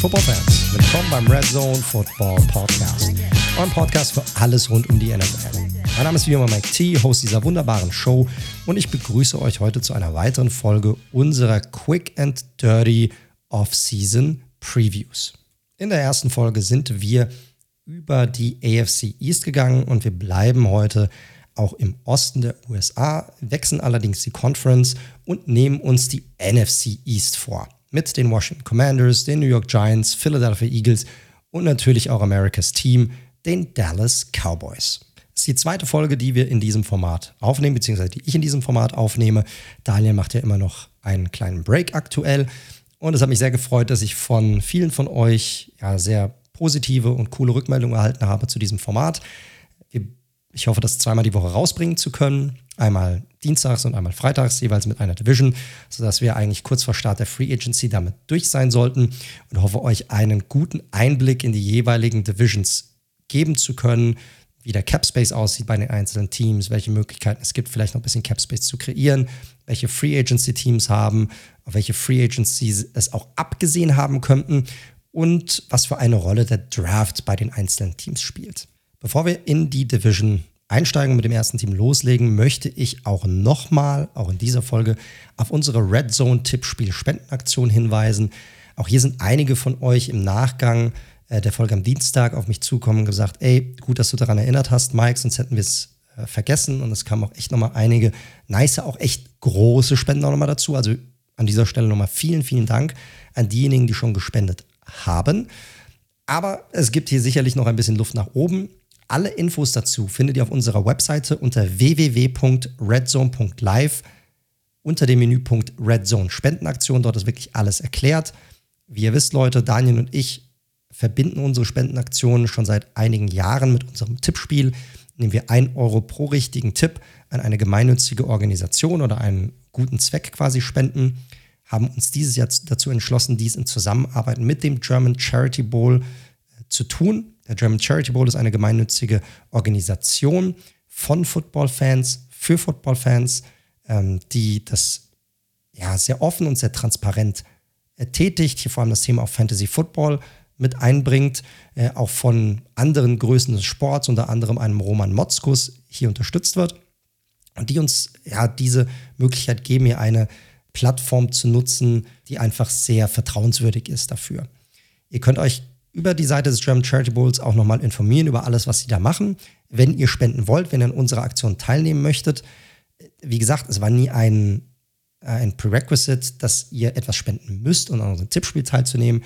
Football-Fans, willkommen beim Red Zone Football Podcast. Eurem Podcast für alles rund um die NFL. Mein Name ist wie immer Mike T, Host dieser wunderbaren Show und ich begrüße euch heute zu einer weiteren Folge unserer Quick and Dirty Off-Season Previews. In der ersten Folge sind wir über die AFC East gegangen und wir bleiben heute auch im Osten der USA, wechseln allerdings die Conference und nehmen uns die NFC East vor. Mit den Washington Commanders, den New York Giants, Philadelphia Eagles und natürlich auch Americas Team, den Dallas Cowboys. Das ist die zweite Folge, die wir in diesem Format aufnehmen, beziehungsweise die ich in diesem Format aufnehme. Daniel macht ja immer noch einen kleinen Break aktuell. Und es hat mich sehr gefreut, dass ich von vielen von euch sehr positive und coole Rückmeldungen erhalten habe zu diesem Format. Ich hoffe, das zweimal die Woche rausbringen zu können. Einmal dienstags und einmal freitags, jeweils mit einer Division, sodass wir eigentlich kurz vor Start der Free Agency damit durch sein sollten und hoffe, euch einen guten Einblick in die jeweiligen Divisions geben zu können, wie der Cap Space aussieht bei den einzelnen Teams, welche Möglichkeiten es gibt, vielleicht noch ein bisschen Cap Space zu kreieren, welche Free Agency Teams haben, auf welche Free Agency es auch abgesehen haben könnten und was für eine Rolle der Draft bei den einzelnen Teams spielt. Bevor wir in die Division einsteigen und mit dem ersten Team loslegen, möchte ich auch nochmal, auch in dieser Folge, auf unsere Red Zone Tippspiel-Spendenaktion hinweisen. Auch hier sind einige von euch im Nachgang der Folge am Dienstag auf mich zukommen und gesagt, ey, gut, dass du daran erinnert hast, Mike, sonst hätten wir es vergessen. Und es kamen auch echt nochmal einige nice, auch echt große Spenden auch nochmal dazu. Also an dieser Stelle nochmal vielen, vielen Dank an diejenigen, die schon gespendet haben. Aber es gibt hier sicherlich noch ein bisschen Luft nach oben. Alle Infos dazu findet ihr auf unserer Webseite unter www.redzone.live unter dem Menüpunkt Red Zone Spendenaktion. Dort ist wirklich alles erklärt. Wie ihr wisst, Leute, Daniel und ich verbinden unsere Spendenaktionen schon seit einigen Jahren mit unserem Tippspiel, indem wir 1 Euro pro richtigen Tipp an eine gemeinnützige Organisation oder einen guten Zweck quasi spenden. Haben uns dieses Jahr dazu entschlossen, dies in Zusammenarbeit mit dem German Charity Bowl zu tun. Der German Charity Bowl ist eine gemeinnützige Organisation von Footballfans für Footballfans, die das sehr offen und sehr transparent tätigt, hier vor allem das Thema auch Fantasy Football mit einbringt, auch von anderen Größen des Sports, unter anderem einem Roman Motzkus, hier unterstützt wird und die uns diese Möglichkeit geben, hier eine Plattform zu nutzen, die einfach sehr vertrauenswürdig ist dafür. Ihr könnt euch über die Seite des German Charity Bowls auch nochmal informieren über alles, was sie da machen. Wenn ihr spenden wollt, wenn ihr an unserer Aktion teilnehmen möchtet, wie gesagt, es war nie ein Prerequisite, dass ihr etwas spenden müsst, um an unserem Tippspiel teilzunehmen.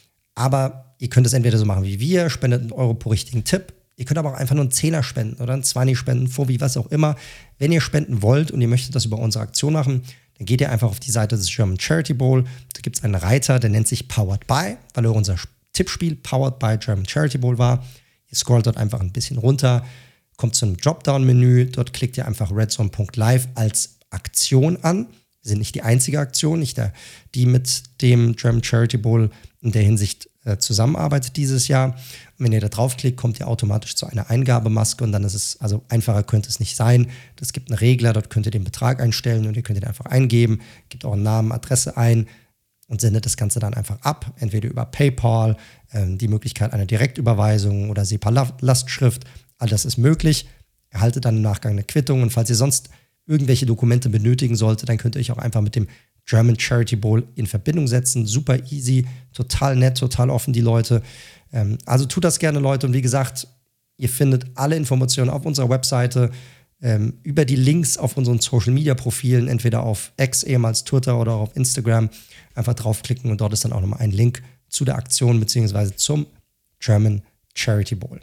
Aber ihr könnt es entweder so machen wie wir, spendet 1 Euro pro richtigen Tipp. Ihr könnt aber auch einfach nur einen Zehner spenden oder einen 20 spenden, Fobi, was auch immer. Wenn ihr spenden wollt und ihr möchtet das über unsere Aktion machen, dann geht ihr einfach auf die Seite des German Charity Bowl. Da gibt es einen Reiter, der nennt sich Powered By, weil er unser Tippspiel Powered by German Charity Bowl war. Ihr scrollt dort einfach ein bisschen runter, kommt zu einem Dropdown-Menü. Dort klickt ihr einfach redzone.live als Aktion an. Wir sind nicht die einzige Aktion, nicht die mit dem German Charity Bowl in der Hinsicht zusammenarbeitet dieses Jahr. Und wenn ihr da draufklickt, kommt ihr automatisch zu einer Eingabemaske und dann ist es, also einfacher könnte es nicht sein. Es gibt einen Regler, dort könnt ihr den Betrag einstellen und ihr könnt ihn einfach eingeben, gebt euren Namen, Adresse ein und sendet das Ganze dann einfach ab, entweder über PayPal, die Möglichkeit einer Direktüberweisung oder SEPA-Lastschrift. All das ist möglich. Erhaltet dann im Nachgang eine Quittung und falls ihr sonst irgendwelche Dokumente benötigen solltet, dann könnt ihr euch auch einfach mit dem German Charity Bowl in Verbindung setzen. Super easy, total nett, total offen die Leute. Also tut das gerne, Leute. Und wie gesagt, ihr findet alle Informationen auf unserer Webseite, über die Links auf unseren Social-Media-Profilen, entweder auf X, ehemals Twitter oder auch auf Instagram. Einfach draufklicken und dort ist dann auch nochmal ein Link zu der Aktion beziehungsweise zum German Charity Bowl.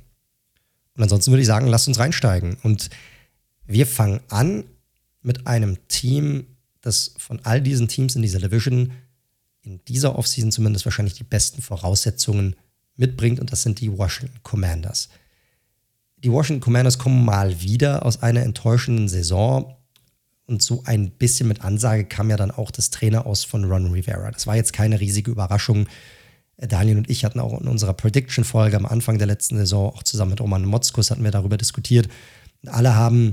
Und ansonsten würde ich sagen, lasst uns reinsteigen. Und wir fangen an mit einem Team, das von all diesen Teams in dieser Division in dieser Offseason zumindest wahrscheinlich die besten Voraussetzungen mitbringt und das sind die Washington Commanders. Die Washington Commanders kommen mal wieder aus einer enttäuschenden Saison und so ein bisschen mit Ansage kam ja dann auch das Traineraus von Ron Rivera. Das war jetzt keine riesige Überraschung. Daniel und ich hatten auch in unserer Prediction-Folge am Anfang der letzten Saison, auch zusammen mit Roman Motzkus, hatten wir darüber diskutiert. Und alle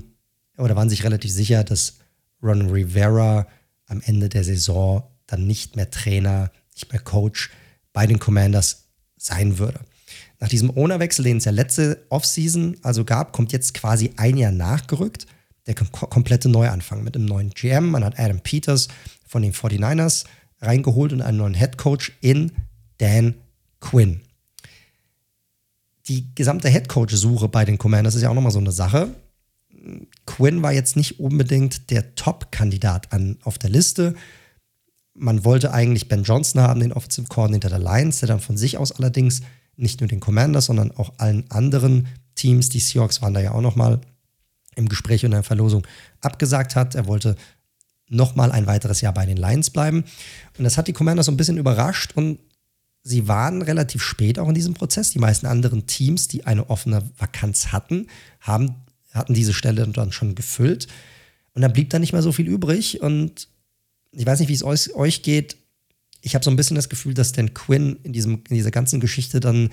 waren sich relativ sicher, dass Ron Rivera am Ende der Saison dann nicht mehr Trainer, nicht mehr Coach bei den Commanders sein würde. Nach diesem Ownerwechsel, den es ja letzte Offseason also gab, kommt jetzt quasi ein Jahr nachgerückt der komplette Neuanfang mit einem neuen GM. Man hat Adam Peters von den 49ers reingeholt und einen neuen Headcoach in Dan Quinn. Die gesamte Headcoach-Suche bei den Commanders ist ja auch nochmal so eine Sache. Quinn war jetzt nicht unbedingt der Top-Kandidat auf der Liste. Man wollte eigentlich Ben Johnson haben, den Offensive Coordinator der Lions, der dann von sich aus allerdings nicht nur den Commanders, sondern auch allen anderen Teams, die Seahawks waren da ja auch nochmal im Gespräch und in der Verlosung abgesagt hat. Er wollte nochmal ein weiteres Jahr bei den Lions bleiben. Und das hat die Commanders so ein bisschen überrascht und sie waren relativ spät auch in diesem Prozess. Die meisten anderen Teams, die eine offene Vakanz hatten, hatten diese Stelle dann schon gefüllt. Und da blieb dann nicht mehr so viel übrig. Und ich weiß nicht, wie es euch geht. Ich habe so ein bisschen das Gefühl, dass Dan Quinn in dieser ganzen Geschichte dann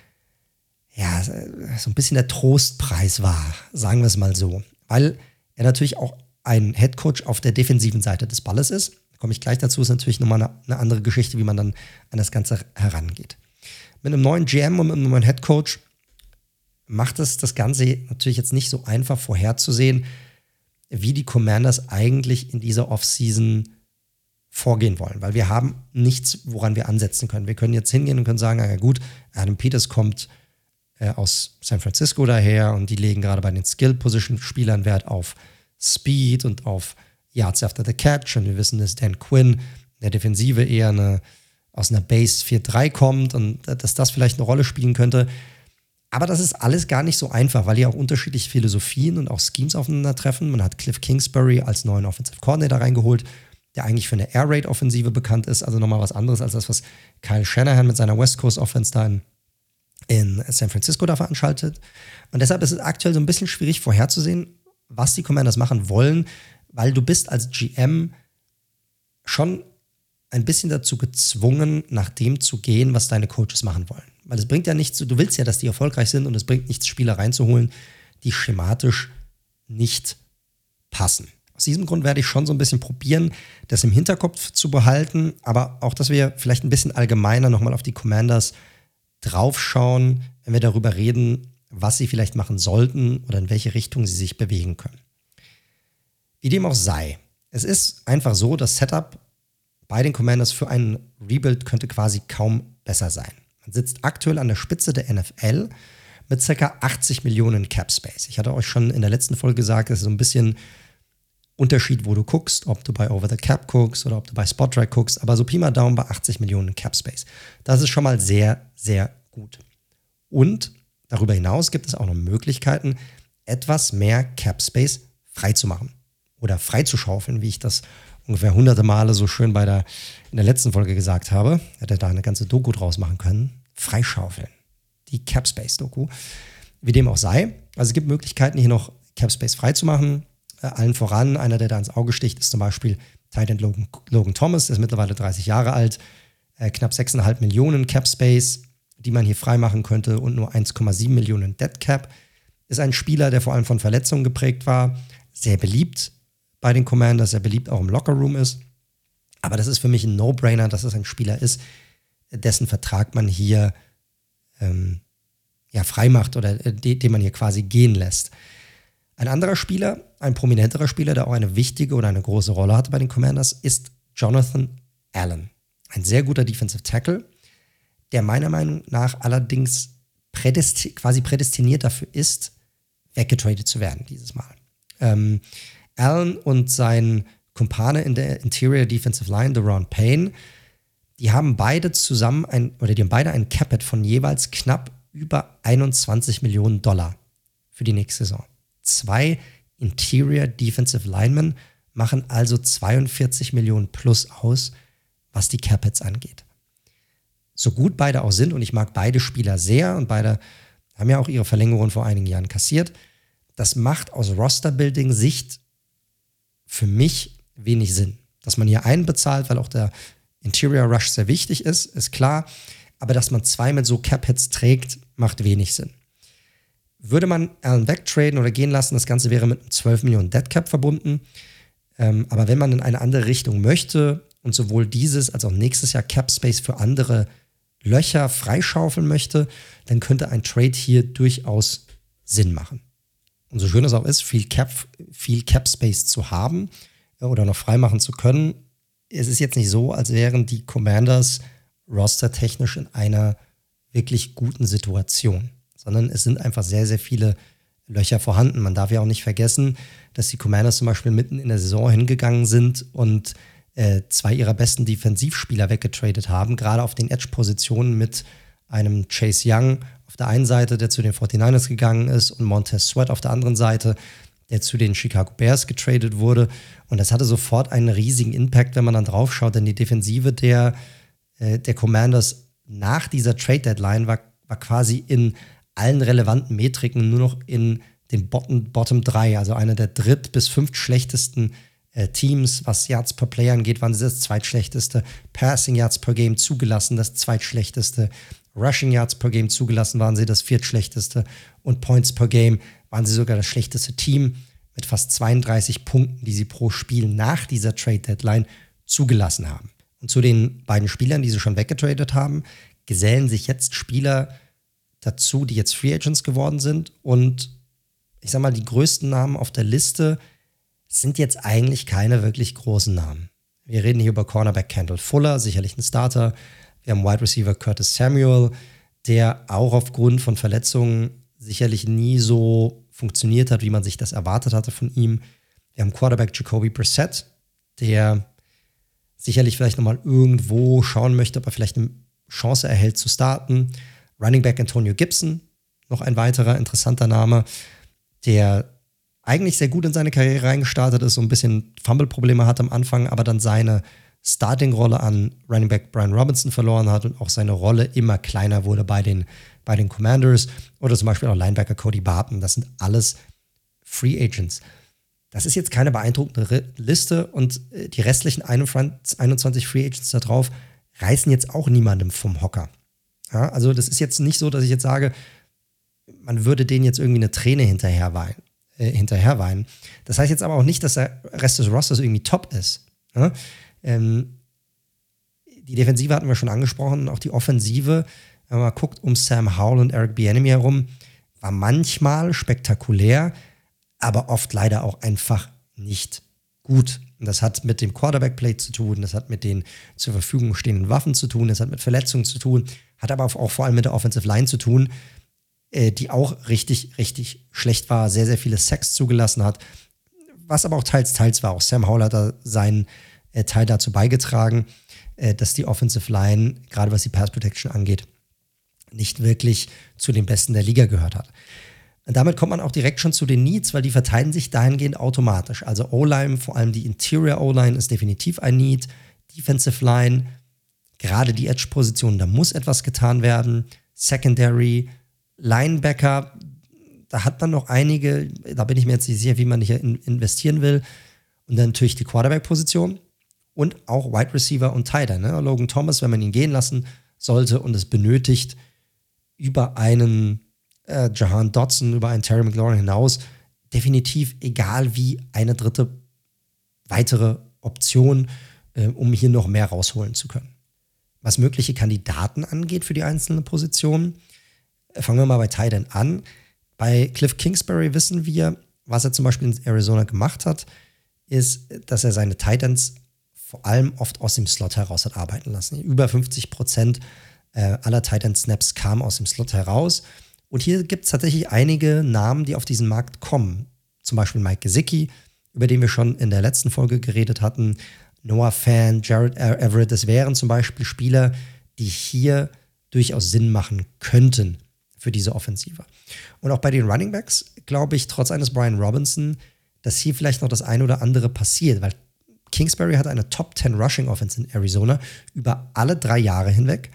ja so ein bisschen der Trostpreis war, sagen wir es mal so. Weil er natürlich auch ein Headcoach auf der defensiven Seite des Balles ist. Da komme ich gleich dazu, ist natürlich nochmal eine andere Geschichte, wie man dann an das Ganze herangeht. Mit einem neuen GM und mit einem neuen Headcoach macht es das Ganze natürlich jetzt nicht so einfach vorherzusehen, wie die Commanders eigentlich in dieser Offseason vorgehen wollen, weil wir haben nichts, woran wir ansetzen können. Wir können jetzt hingehen und können sagen, ja gut, Adam Peters kommt aus San Francisco daher und die legen gerade bei den Skill-Position-Spielern Wert auf Speed und auf Yards after the Catch und wir wissen, dass Dan Quinn in der Defensive eher aus einer Base 4-3 kommt und dass das vielleicht eine Rolle spielen könnte. Aber das ist alles gar nicht so einfach, weil hier auch unterschiedliche Philosophien und auch Schemes aufeinandertreffen. Man hat Cliff Kingsbury als neuen Offensive Coordinator reingeholt, der eigentlich für eine Air Raid Offensive bekannt ist, also nochmal was anderes als das, was Kyle Shanahan mit seiner West Coast Offense da in San Francisco da veranstaltet. Und deshalb ist es aktuell so ein bisschen schwierig vorherzusehen, was die Commanders machen wollen, weil du bist als GM schon ein bisschen dazu gezwungen, nach dem zu gehen, was deine Coaches machen wollen. Weil es bringt ja nichts, du willst ja, dass die erfolgreich sind und es bringt nichts, Spieler reinzuholen, die schematisch nicht passen. Aus diesem Grund werde ich schon so ein bisschen probieren, das im Hinterkopf zu behalten, aber auch, dass wir vielleicht ein bisschen allgemeiner nochmal auf die Commanders draufschauen, wenn wir darüber reden, was sie vielleicht machen sollten oder in welche Richtung sie sich bewegen können. Wie dem auch sei, es ist einfach so, das Setup bei den Commanders für einen Rebuild könnte quasi kaum besser sein. Man sitzt aktuell an der Spitze der NFL mit ca. 80 Millionen Cap Space. Ich hatte euch schon in der letzten Folge gesagt, es ist so ein bisschen Unterschied, wo du guckst, ob du bei Over the Cap guckst oder ob du bei Spotrac guckst, aber so Pi mal Daumen bei 80 Millionen Cap Space. Das ist schon mal sehr, sehr gut. Und darüber hinaus gibt es auch noch Möglichkeiten, etwas mehr Cap Space freizumachen oder freizuschaufeln, wie ich das ungefähr hunderte Male so schön in der letzten Folge gesagt habe. Hätte da eine ganze Doku draus machen können. Freischaufeln. Die Cap Space Doku. Wie dem auch sei. Also es gibt Möglichkeiten, hier noch Cap Space freizumachen. Allen voran, einer, der da ins Auge sticht, ist zum Beispiel Tight End Logan Thomas, der ist mittlerweile 30 Jahre alt, knapp 6,5 Millionen Cap Space, die man hier freimachen könnte und nur 1,7 Millionen Dead Cap. Ist ein Spieler, der vor allem von Verletzungen geprägt war, sehr beliebt bei den Commanders, sehr beliebt auch im Lockerroom ist. Aber das ist für mich ein No-Brainer, dass es ein Spieler ist, dessen Vertrag man hier freimacht oder den man hier quasi gehen lässt. Ein anderer Spieler, ein prominenterer Spieler, der auch eine wichtige oder eine große Rolle hatte bei den Commanders, ist Jonathan Allen. Ein sehr guter Defensive Tackle, der meiner Meinung nach allerdings quasi prädestiniert dafür ist, weggetradet zu werden dieses Mal. Allen und sein Kumpane in der Interior Defensive Line, Deron Payne, die haben beide ein Cap-Hit von jeweils knapp über 21 Millionen Dollar für die nächste Saison. 2 Interior Defensive Linemen machen also 42 Millionen plus aus, was die Cap-Hits angeht. So gut beide auch sind, und ich mag beide Spieler sehr, und beide haben ja auch ihre Verlängerung vor einigen Jahren kassiert, das macht aus Roster-Building-Sicht für mich wenig Sinn. Dass man hier einen bezahlt, weil auch der Interior Rush sehr wichtig ist klar, aber dass man 2 mit so Cap-Hits trägt, macht wenig Sinn. Würde man Allen wegtraden oder gehen lassen, das Ganze wäre mit einem 12 Millionen Dead Cap verbunden. Aber wenn man in eine andere Richtung möchte und sowohl dieses als auch nächstes Jahr Cap Space für andere Löcher freischaufeln möchte, dann könnte ein Trade hier durchaus Sinn machen. Und so schön es auch ist, viel Cap Space zu haben oder noch freimachen zu können, es ist jetzt nicht so, als wären die Commanders rostertechnisch in einer wirklich guten Situation, sondern es sind einfach sehr, sehr viele Löcher vorhanden. Man darf ja auch nicht vergessen, dass die Commanders zum Beispiel mitten in der Saison hingegangen sind und 2 ihrer besten Defensivspieler weggetradet haben, gerade auf den Edge-Positionen mit einem Chase Young auf der einen Seite, der zu den 49ers gegangen ist, und Montez Sweat auf der anderen Seite, der zu den Chicago Bears getradet wurde. Und das hatte sofort einen riesigen Impact, wenn man dann drauf schaut, denn die Defensive der Commanders nach dieser Trade-Deadline war quasi in allen relevanten Metriken nur noch in den Bottom 3, also einer der dritt- bis fünftschlechtesten Teams, was Yards per Player angeht, waren sie das zweitschlechteste. Passing Yards per Game zugelassen, das zweitschlechteste. Rushing Yards per Game zugelassen, waren sie das viertschlechteste. Und Points per Game waren sie sogar das schlechteste Team mit fast 32 Punkten, die sie pro Spiel nach dieser Trade-Deadline zugelassen haben. Und zu den beiden Spielern, die sie schon weggetradet haben, gesellen sich jetzt Spieler dazu, die jetzt Free Agents geworden sind. Und ich sag mal, die größten Namen auf der Liste sind jetzt eigentlich keine wirklich großen Namen. Wir reden hier über Cornerback Kendall Fuller, sicherlich ein Starter. Wir haben Wide Receiver Curtis Samuel, der auch aufgrund von Verletzungen sicherlich nie so funktioniert hat, wie man sich das erwartet hatte von ihm. Wir haben Quarterback Jacoby Brissett, der sicherlich vielleicht nochmal irgendwo schauen möchte, ob er vielleicht eine Chance erhält zu starten. Running Back Antonio Gibson, noch ein weiterer interessanter Name, der eigentlich sehr gut in seine Karriere reingestartet ist, so ein bisschen Fumble-Probleme hat am Anfang, aber dann seine Starting-Rolle an Running Back Brian Robinson verloren hat und auch seine Rolle immer kleiner wurde bei den Commanders. Oder zum Beispiel auch Linebacker Cody Barton. Das sind alles Free Agents. Das ist jetzt keine beeindruckende Liste und die restlichen 21 Free Agents da drauf reißen jetzt auch niemandem vom Hocker. Ja, also das ist jetzt nicht so, dass ich jetzt sage, man würde denen jetzt irgendwie eine Träne hinterher weinen. Das heißt jetzt aber auch nicht, dass der Rest des Rosters irgendwie top ist. Ja? Die Defensive hatten wir schon angesprochen, auch die Offensive, wenn man mal guckt, um Sam Howell und Eric Bieniemy herum, war manchmal spektakulär, aber oft leider auch einfach nicht gut. Und das hat mit dem Quarterback-Play zu tun, das hat mit den zur Verfügung stehenden Waffen zu tun, das hat mit Verletzungen zu tun, hat aber auch vor allem mit der Offensive Line zu tun, die auch richtig, richtig schlecht war, sehr, sehr viele Sacks zugelassen hat, was aber auch teils war. Auch Sam Howell hat da seinen Teil dazu beigetragen, dass die Offensive Line, gerade was die Pass Protection angeht, nicht wirklich zu den Besten der Liga gehört hat. Und damit kommt man auch direkt schon zu den Needs, weil die verteilen sich dahingehend automatisch. Also O-Line, vor allem die Interior O-Line ist definitiv ein Need. Defensive Line, gerade die Edge-Position, da muss etwas getan werden. Secondary, Linebacker, da hat man noch einige, da bin ich mir jetzt nicht sicher, wie man hier investieren will. Und dann natürlich die Quarterback-Position und auch Wide Receiver und Tight End. Ne? Logan Thomas, wenn man ihn gehen lassen sollte und es benötigt, über einen Jahan Dotson, über einen Terry McLaurin hinaus, definitiv egal wie eine dritte weitere Option, um hier noch mehr rausholen zu können. Was mögliche Kandidaten angeht für die einzelnen Positionen, fangen wir mal bei Tight End an. Bei Cliff Kingsbury wissen wir, was er zum Beispiel in Arizona gemacht hat, ist, dass er seine Tight Ends vor allem oft aus dem Slot heraus hat arbeiten lassen. Über 50% aller Tight End Snaps kamen aus dem Slot heraus. Und hier gibt es tatsächlich einige Namen, die auf diesen Markt kommen. Zum Beispiel Mike Gesicki, über den wir schon in der letzten Folge geredet hatten. Noah Fant, Jared Everett, das wären zum Beispiel Spieler, die hier durchaus Sinn machen könnten für diese Offensive. Und auch bei den Running Backs glaube ich, trotz eines Brian Robinson, dass hier vielleicht noch das eine oder andere passiert, weil Kingsbury hat eine Top 10 Rushing Offense in Arizona über alle 3 Jahre hinweg.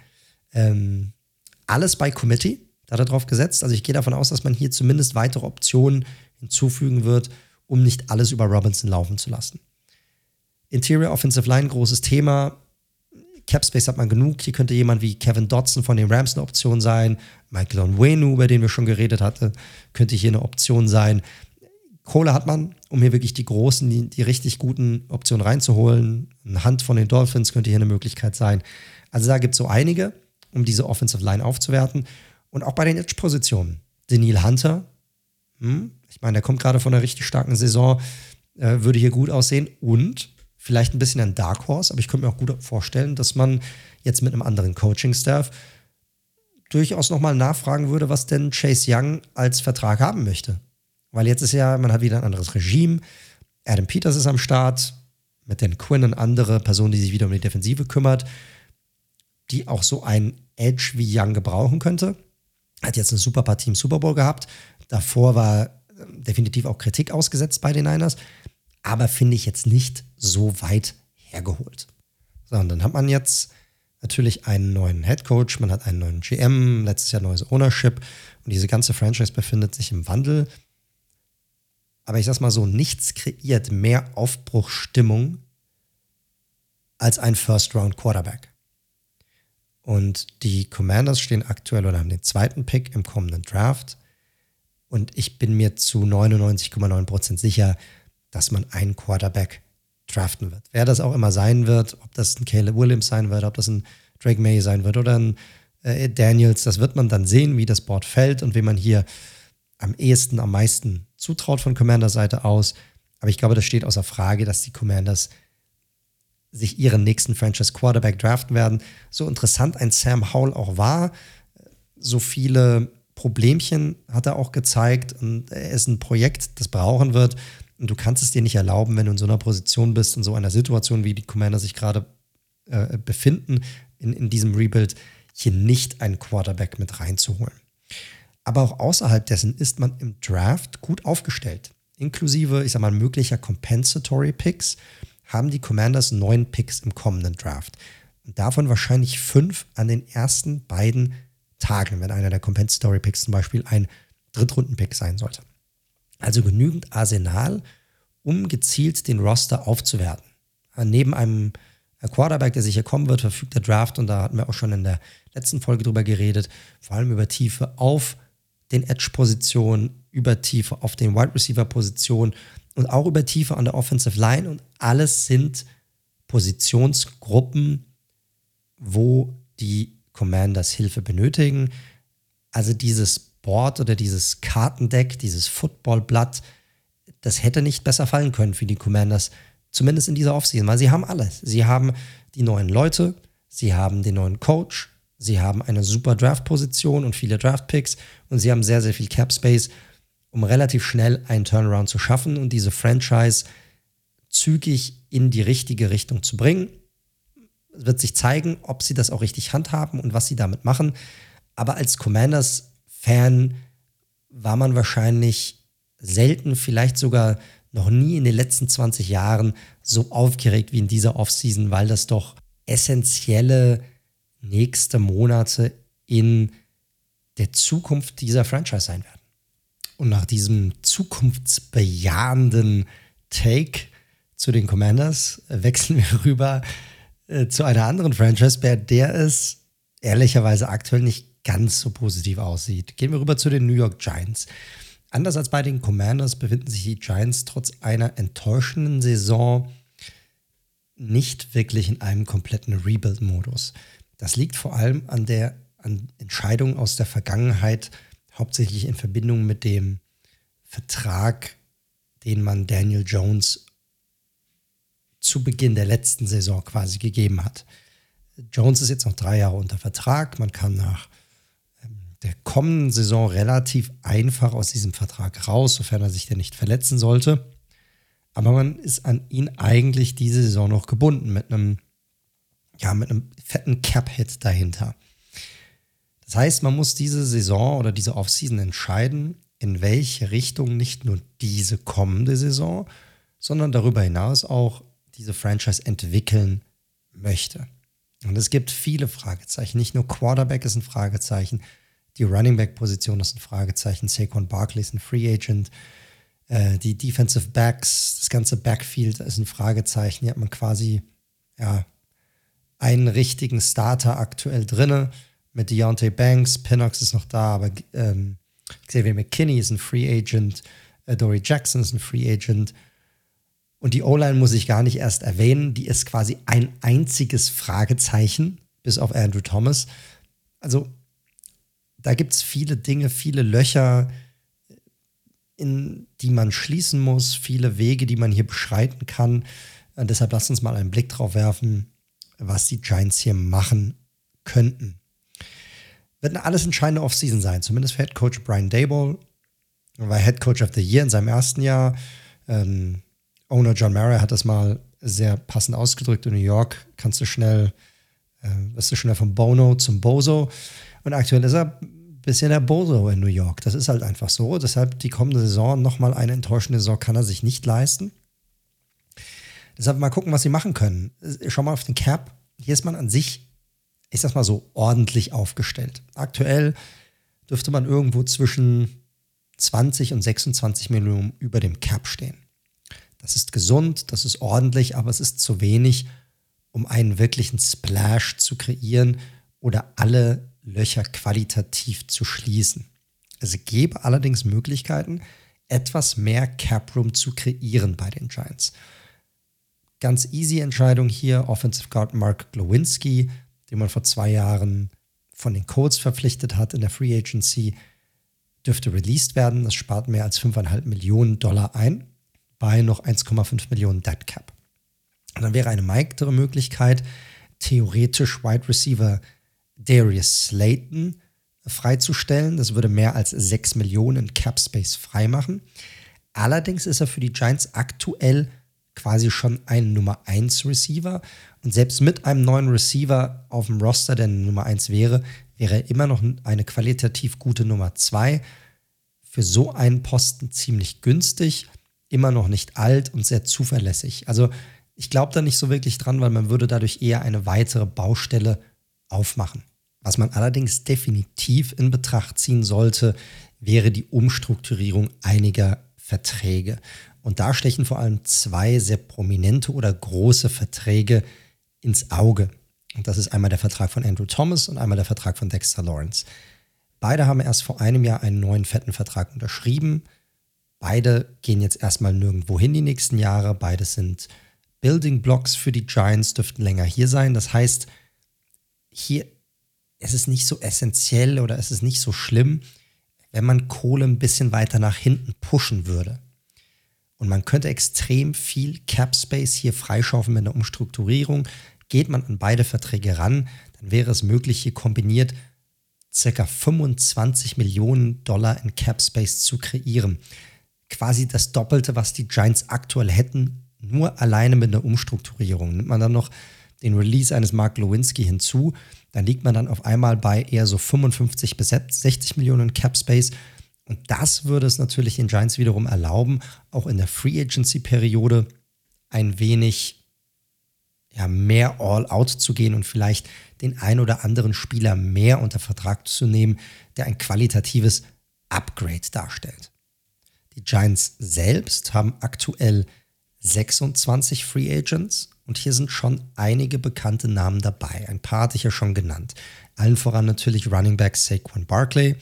Alles bei Committee, da hat er drauf gesetzt. Also ich gehe davon aus, dass man hier zumindest weitere Optionen hinzufügen wird, um nicht alles über Robinson laufen zu lassen. Interior Offensive Line, großes Thema. Cap Space hat man genug. Hier könnte jemand wie Kevin Dotson von den Rams eine Option sein. Michael Onwenu, über den wir schon geredet hatten, könnte hier eine Option sein. Kohle hat man, um hier wirklich die großen, die richtig guten Optionen reinzuholen. Eine Hand von den Dolphins könnte hier eine Möglichkeit sein. Also da gibt es so einige. um diese Offensive Line aufzuwerten. Und auch bei den Edge-Positionen. Danielle Hunter, ich meine, der kommt gerade von einer richtig starken Saison, würde hier gut aussehen. Und vielleicht ein bisschen ein Dark Horse, aber ich könnte mir auch gut vorstellen, dass man jetzt mit einem anderen Coaching-Staff durchaus nochmal nachfragen würde, was denn Chase Young als Vertrag haben möchte. Weil jetzt ist ja, man hat wieder ein anderes Regime. Adam Peters ist am Start, mit Dan Quinn und andere Personen, die sich wieder um die Defensive kümmert, die auch so einen Edge wie Young gebrauchen könnte. Hat jetzt eine super Partie im Super Bowl gehabt. Davor war definitiv auch Kritik ausgesetzt bei den Niners, aber finde ich jetzt nicht so weit hergeholt. So, und dann hat man jetzt natürlich einen neuen Headcoach, man hat einen neuen GM, letztes Jahr neues Ownership und diese ganze Franchise befindet sich im Wandel. Aber ich sag's mal so, nichts kreiert mehr Aufbruchsstimmung als ein First-Round-Quarterback. Und die Commanders stehen aktuell oder haben den zweiten Pick im kommenden Draft. Und ich bin mir zu 99,9% sicher, dass man einen Quarterback draften wird. Wer das auch immer sein wird, ob das ein Caleb Williams sein wird, ob das ein Drake May sein wird oder ein Daniels, das wird man dann sehen, wie das Board fällt und wem man hier am meisten zutraut von Commanders Seite aus. Aber ich glaube, das steht außer Frage, dass die Commanders sich ihren nächsten Franchise Quarterback draften werden. So interessant ein Sam Howell auch war, so viele Problemchen hat er auch gezeigt und er ist ein Projekt, das brauchen wird. Und du kannst es dir nicht erlauben, wenn du in so einer Position bist, in so einer Situation, wie die Commanders sich gerade befinden, in diesem Rebuild, hier nicht einen Quarterback mit reinzuholen. Aber auch außerhalb dessen ist man im Draft gut aufgestellt. Inklusive, ich sag mal, möglicher Compensatory Picks haben die Commanders 9 Picks im kommenden Draft. Und davon wahrscheinlich 5 an den ersten beiden Tagen, wenn einer der Compensatory Picks zum Beispiel ein Drittrunden-Pick sein sollte. Also genügend Arsenal, um gezielt den Roster aufzuwerten. Neben einem Quarterback, der sicher kommen wird, verfügt der Draft, und da hatten wir auch schon in der letzten Folge drüber geredet, vor allem über Tiefe auf den Edge-Positionen, über Tiefe auf den Wide-Receiver-Positionen und auch über Tiefe an der Offensive Line, und alles sind Positionsgruppen, wo die Commanders Hilfe benötigen. Also dieses Board oder dieses Kartendeck, dieses Footballblatt, das hätte nicht besser fallen können für die Commanders, zumindest in dieser Offseason, weil sie haben alles. Sie haben die neuen Leute, sie haben den neuen Coach, sie haben eine super Draft-Position und viele Draft-Picks und sie haben sehr, sehr viel Cap-Space, um relativ schnell einen Turnaround zu schaffen und diese Franchise zügig in die richtige Richtung zu bringen. Es wird sich zeigen, ob sie das auch richtig handhaben und was sie damit machen. Aber als Commanders-Fan war man wahrscheinlich selten, vielleicht sogar noch nie in den letzten 20 Jahren so aufgeregt wie in dieser Offseason, weil das doch essentielle nächste Monate in der Zukunft dieser Franchise sein werden. Und nach diesem zukunftsbejahenden Take zu den Commanders wechseln wir rüber zu einer anderen Franchise, bei der es ehrlicherweise aktuell nicht ganz so positiv aussieht. Gehen wir rüber zu den New York Giants. Anders als bei den Commanders befinden sich die Giants trotz einer enttäuschenden Saison nicht wirklich in einem kompletten Rebuild-Modus. Das liegt vor allem an Entscheidungen aus der Vergangenheit, hauptsächlich in Verbindung mit dem Vertrag, den man Daniel Jones zu Beginn der letzten Saison quasi gegeben hat. Jones ist jetzt noch 3 Jahre unter Vertrag. Man kann nach der kommenden Saison relativ einfach aus diesem Vertrag raus, sofern er sich denn nicht verletzen sollte. Aber man ist an ihn eigentlich diese Saison noch gebunden mit einem fetten Cap-Hit dahinter. Das heißt, man muss diese Saison oder diese Offseason entscheiden, in welche Richtung nicht nur diese kommende Saison, sondern darüber hinaus auch diese Franchise entwickeln möchte. Und es gibt viele Fragezeichen. Nicht nur Quarterback ist ein Fragezeichen, die Running Back Position ist ein Fragezeichen, Saquon Barkley ist ein Free Agent, die Defensive Backs, das ganze Backfield ist ein Fragezeichen. Hier hat man quasi einen richtigen Starter aktuell drinne mit Deontay Banks, Pinnock ist noch da, aber Xavier McKinney ist ein Free Agent, Dory Jackson ist ein Free Agent. Und die O-Line muss ich gar nicht erst erwähnen, die ist quasi ein einziges Fragezeichen, bis auf Andrew Thomas. Also da gibt es viele Dinge, viele Löcher, in die man schließen muss, viele Wege, die man hier beschreiten kann. Deshalb lasst uns mal einen Blick drauf werfen, was die Giants hier machen könnten. Wird eine alles entscheidende Offseason sein, zumindest für Head Coach Brian Daboll. Er war Head Coach of the Year in seinem ersten Jahr. Owner John Mara hat das mal sehr passend ausgedrückt. In New York wirst du schnell vom Bono zum Bozo. Und aktuell ist er ein bisschen der Bozo in New York. Das ist halt einfach so. Deshalb die kommende Saison, nochmal eine enttäuschende Saison, kann er sich nicht leisten. Deshalb mal gucken, was sie machen können. Schau mal auf den Cap. Hier ist man an sich, ich sag mal so, ordentlich aufgestellt. Aktuell dürfte man irgendwo zwischen 20 und 26 Millionen über dem Cap stehen. Das ist gesund, das ist ordentlich, aber es ist zu wenig, um einen wirklichen Splash zu kreieren oder alle Löcher qualitativ zu schließen. Es gäbe allerdings Möglichkeiten, etwas mehr Cap Room zu kreieren bei den Giants. Ganz easy Entscheidung hier, Offensive Guard Mark Glowinski, den man vor 2 Jahren von den Colts verpflichtet hat in der Free Agency, dürfte released werden. Das spart mehr als $5,5 Millionen ein, bei noch 1,5 Millionen Dead Cap. Und dann wäre eine weitere Möglichkeit, theoretisch Wide Receiver Darius Slayton freizustellen. Das würde mehr als 6 Millionen Cap Space freimachen. Allerdings ist er für die Giants aktuell quasi schon ein Nummer 1 Receiver. Und selbst mit einem neuen Receiver auf dem Roster, der Nummer 1 wäre er immer noch eine qualitativ gute Nummer 2. Für so einen Posten ziemlich günstig, immer noch nicht alt und sehr zuverlässig. Also ich glaube da nicht so wirklich dran, weil man würde dadurch eher eine weitere Baustelle aufmachen. Was man allerdings definitiv in Betracht ziehen sollte, wäre die Umstrukturierung einiger Verträge. Und da stechen vor allem 2 sehr prominente oder große Verträge ins Auge. Und das ist einmal der Vertrag von Andrew Thomas und einmal der Vertrag von Dexter Lawrence. Beide haben erst vor einem Jahr einen neuen fetten Vertrag unterschrieben. Beide gehen jetzt erstmal nirgendwo hin die nächsten Jahre. Beide sind Building Blocks für die Giants, dürften länger hier sein. Das heißt, hier ist es nicht so essentiell oder es ist nicht so schlimm, wenn man Kohle ein bisschen weiter nach hinten pushen würde. Und man könnte extrem viel Cap Space hier freischaufeln mit einer Umstrukturierung. Geht man an beide Verträge ran, dann wäre es möglich, hier kombiniert ca. 25 Millionen Dollar in Cap Space zu kreieren. Quasi das Doppelte, was die Giants aktuell hätten, nur alleine mit einer Umstrukturierung. Nimmt man dann noch den Release eines Mark Glowinski hinzu, dann liegt man dann auf einmal bei eher so 55 bis 60 Millionen Cap Space. Und das würde es natürlich den Giants wiederum erlauben, auch in der Free Agency-Periode ein wenig mehr All-Out zu gehen und vielleicht den ein oder anderen Spieler mehr unter Vertrag zu nehmen, der ein qualitatives Upgrade darstellt. Die Giants selbst haben aktuell 26 Free Agents und hier sind schon einige bekannte Namen dabei. Ein paar hatte ich ja schon genannt. Allen voran natürlich Running Back Saquon Barkley.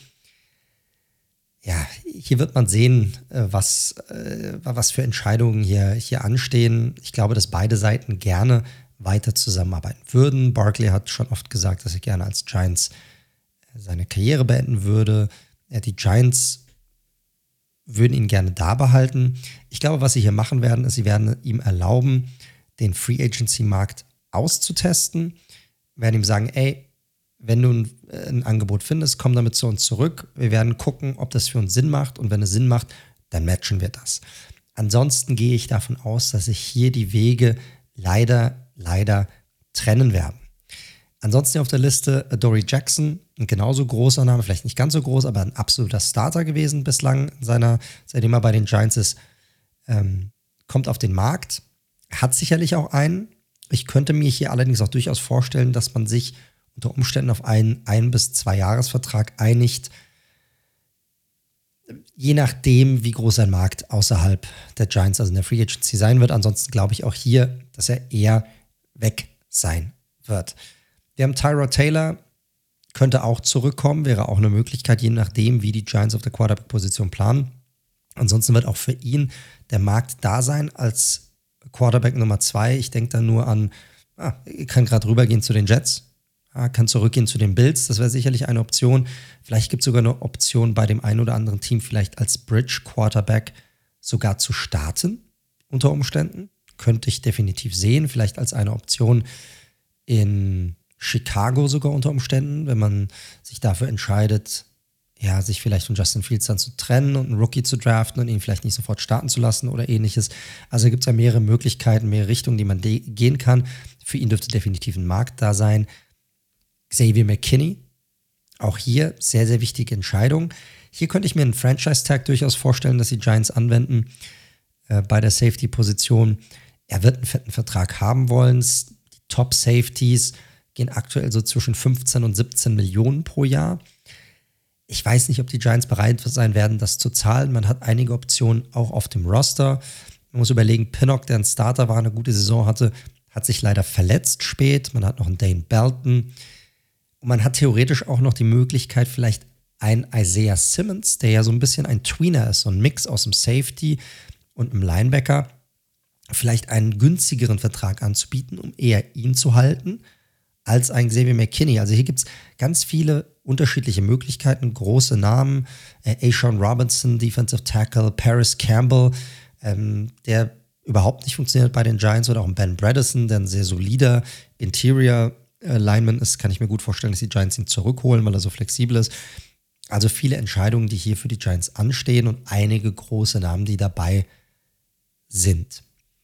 Ja, hier wird man sehen, was für Entscheidungen hier anstehen. Ich glaube, dass beide Seiten gerne weiter zusammenarbeiten würden. Barkley hat schon oft gesagt, dass er gerne als Giants seine Karriere beenden würde. Die Giants würden ihn gerne da behalten. Ich glaube, was sie hier machen werden, ist, sie werden ihm erlauben, den Free Agency Markt auszutesten. Werden ihm sagen, ey, wenn du ein Angebot findest, komm damit zu uns zurück. Wir werden gucken, ob das für uns Sinn macht. Und wenn es Sinn macht, dann matchen wir das. Ansonsten gehe ich davon aus, dass sich hier die Wege leider trennen werden. Ansonsten auf der Liste Adoree Jackson, ein genauso großer Name, vielleicht nicht ganz so groß, aber ein absoluter Starter gewesen bislang, seitdem er bei den Giants ist, kommt auf den Markt, hat sicherlich auch einen. Ich könnte mir hier allerdings auch durchaus vorstellen, dass man sich unter Umständen auf einen 1- bis 2-Jahres-Vertrag einigt, je nachdem, wie groß ein Markt außerhalb der Giants, also in der Free Agency, sein wird. Ansonsten glaube ich auch hier, dass er eher weg sein wird. Wir haben Tyrod Taylor, könnte auch zurückkommen, wäre auch eine Möglichkeit, je nachdem, wie die Giants auf der Quarterback-Position planen. Ansonsten wird auch für ihn der Markt da sein als Quarterback Nummer 2. Ich denke da nur an, ich kann gerade rübergehen zu den Jets. kann zurückgehen zu den Bills, das wäre sicherlich eine Option. Vielleicht gibt es sogar eine Option bei dem einen oder anderen Team, vielleicht als Bridge-Quarterback sogar zu starten, unter Umständen. Könnte ich definitiv sehen, vielleicht als eine Option in Chicago sogar unter Umständen, wenn man sich dafür entscheidet, ja, sich vielleicht von Justin Fields dann zu trennen und einen Rookie zu draften und ihn vielleicht nicht sofort starten zu lassen oder ähnliches. Also gibt es ja mehrere Möglichkeiten, mehrere Richtungen, die man gehen kann. Für ihn dürfte definitiv ein Markt da sein. Xavier McKinney, auch hier sehr, sehr wichtige Entscheidung. Hier könnte ich mir einen Franchise-Tag durchaus vorstellen, dass die Giants anwenden bei der Safety-Position. Er wird einen fetten Vertrag haben wollen. Die Top-Safeties gehen aktuell so zwischen 15 und 17 Millionen pro Jahr. Ich weiß nicht, ob die Giants bereit sein werden, das zu zahlen. Man hat einige Optionen auch auf dem Roster. Man muss überlegen, Pinnock, der ein Starter war, eine gute Saison hatte, hat sich leider verletzt spät. Man hat noch einen Dane Belton. Und man hat theoretisch auch noch die Möglichkeit, vielleicht einen Isaiah Simmons, der ja so ein bisschen ein Tweener ist, so ein Mix aus dem Safety und einem Linebacker, vielleicht einen günstigeren Vertrag anzubieten, um eher ihn zu halten, als ein Xavier McKinney. Also hier gibt es ganz viele unterschiedliche Möglichkeiten, große Namen, Ashawn Robinson, Defensive Tackle, Paris Campbell, der überhaupt nicht funktioniert bei den Giants, oder auch ein Ben Bredesen, der ein sehr solider Interior Lineman ist, kann ich mir gut vorstellen, dass die Giants ihn zurückholen, weil er so flexibel ist. Also viele Entscheidungen, die hier für die Giants anstehen und einige große Namen, die dabei sind.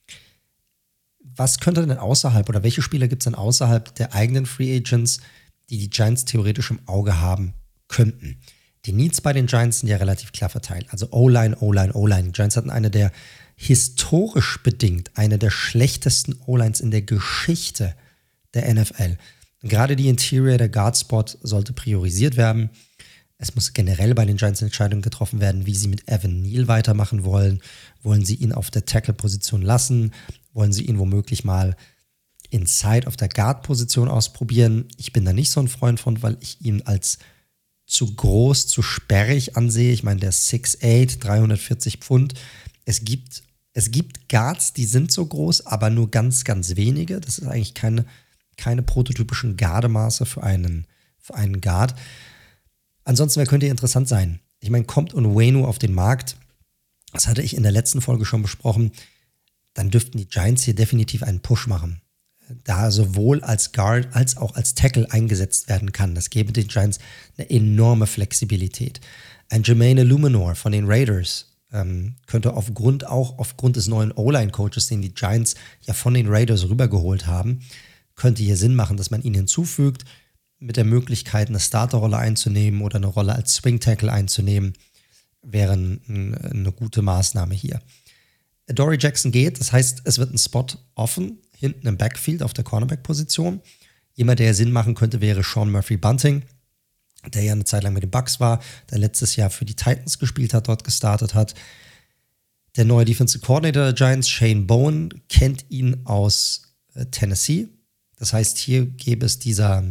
Was könnte denn außerhalb oder welche Spieler gibt es denn außerhalb der eigenen Free Agents, die die Giants theoretisch im Auge haben könnten? Die Needs bei den Giants sind ja relativ klar verteilt. Also O-Line, O-Line, O-Line. Die Giants hatten historisch bedingt eine der schlechtesten O-Lines in der Geschichte der NFL. Gerade die Interior, der Guard-Spot sollte priorisiert werden. Es muss generell bei den Giants Entscheidungen getroffen werden, wie sie mit Evan Neal weitermachen wollen. Wollen sie ihn auf der Tackle-Position lassen? Wollen sie ihn womöglich mal inside auf der Guard-Position ausprobieren? Ich bin da nicht so ein Freund von, weil ich ihn als zu groß, zu sperrig ansehe. Ich meine, der ist 6'8", 340 Pfund. Es gibt Guards, die sind so groß, aber nur ganz, ganz wenige. Das ist eigentlich keine prototypischen Gardemaße für einen Guard. Ansonsten, wer könnte hier interessant sein? Ich meine, kommt Onwenu auf den Markt, das hatte ich in der letzten Folge schon besprochen, dann dürften die Giants hier definitiv einen Push machen, da er sowohl als Guard als auch als Tackle eingesetzt werden kann. Das gäbe den Giants eine enorme Flexibilität. Ein Jermaine Luminor von den Raiders könnte aufgrund des neuen O-Line-Coaches, den die Giants ja von den Raiders rübergeholt haben, könnte hier Sinn machen, dass man ihn hinzufügt, mit der Möglichkeit, eine Starterrolle einzunehmen oder eine Rolle als Swing-Tackle einzunehmen, wäre eine gute Maßnahme hier. Dory Jackson geht, das heißt, es wird ein Spot offen, hinten im Backfield auf der Cornerback-Position. Jemand, der Sinn machen könnte, wäre Sean Murphy-Bunting, der ja eine Zeit lang mit den Bucks war, der letztes Jahr für die Titans gespielt hat, dort gestartet hat. Der neue Defensive Coordinator der Giants, Shane Bowen, kennt ihn aus Tennessee. Das heißt, hier gäbe es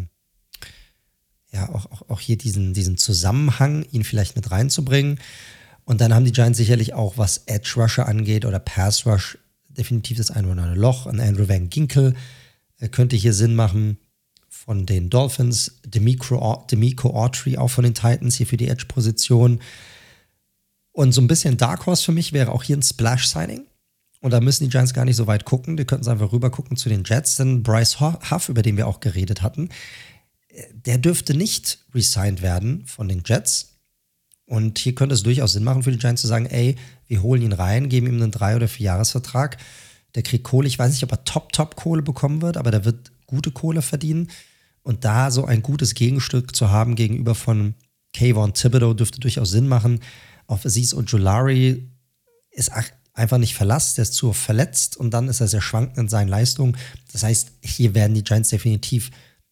auch hier diesen Zusammenhang, ihn vielleicht mit reinzubringen. Und dann haben die Giants sicherlich auch, was Edge Rusher angeht oder Pass Rush, definitiv das ein oder andere Loch. An Andrew Van Ginkel könnte hier Sinn machen von den Dolphins. Demico Autry auch von den Titans hier für die Edge-Position. Und so ein bisschen Dark Horse für mich wäre auch hier ein Splash-Signing. Und da müssen die Giants gar nicht so weit gucken. Die könnten einfach rüber gucken zu den Jets. Denn Bryce Huff, über den wir auch geredet hatten, der dürfte nicht resigned werden von den Jets. Und hier könnte es durchaus Sinn machen für die Giants zu sagen, ey, wir holen ihn rein, geben ihm einen 3- oder 4-Jahres-Vertrag. Der kriegt Kohle. Ich weiß nicht, ob er Top-Kohle bekommen wird, aber der wird gute Kohle verdienen. Und da so ein gutes Gegenstück zu haben gegenüber von Kayvon Thibodeau dürfte durchaus Sinn machen. Auf Azeez Ojulari ist einfach nicht Verlass, der ist zu verletzt und dann ist er sehr schwankend in seinen Leistungen. Das heißt, hier werden die Giants definitiv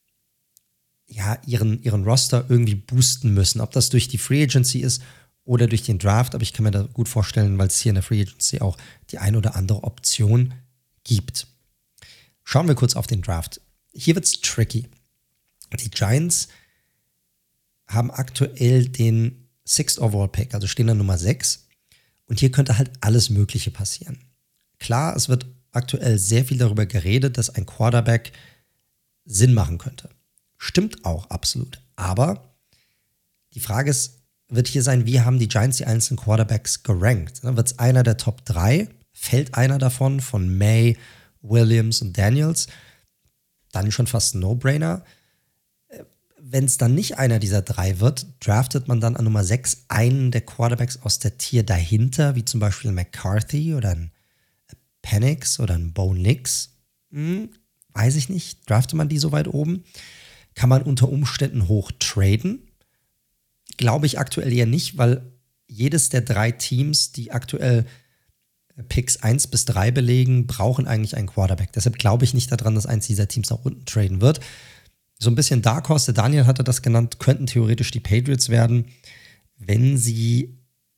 ihren Roster irgendwie boosten müssen. Ob das durch die Free Agency ist oder durch den Draft, aber ich kann mir da gut vorstellen, weil es hier in der Free Agency auch die ein oder andere Option gibt. Schauen wir kurz auf den Draft. Hier wird es tricky. Die Giants haben aktuell den 6th Overall Pick, also stehen an Nummer 6. Und hier könnte halt alles Mögliche passieren. Klar, es wird aktuell sehr viel darüber geredet, dass ein Quarterback Sinn machen könnte. Stimmt auch absolut. Aber die Frage wird hier sein, wie haben die Giants die einzelnen Quarterbacks gerankt? Wird es einer der Top 3? Fällt einer davon von May, Williams und Daniels? Dann schon fast ein No-Brainer. Wenn es dann nicht einer dieser 3 wird, draftet man dann an Nummer 6 einen der Quarterbacks aus der Tier dahinter, wie zum Beispiel ein McCarthy oder ein Penix oder ein Bo Nix. Weiß ich nicht. Draftet man die so weit oben? Kann man unter Umständen hoch traden? Glaube ich aktuell eher nicht, weil jedes der 3 Teams, die aktuell Picks 1 bis 3 belegen, brauchen eigentlich einen Quarterback. Deshalb glaube ich nicht daran, dass eins dieser Teams nach unten traden wird. So ein bisschen Dark Horse, der Daniel hatte das genannt, könnten theoretisch die Patriots werden, wenn die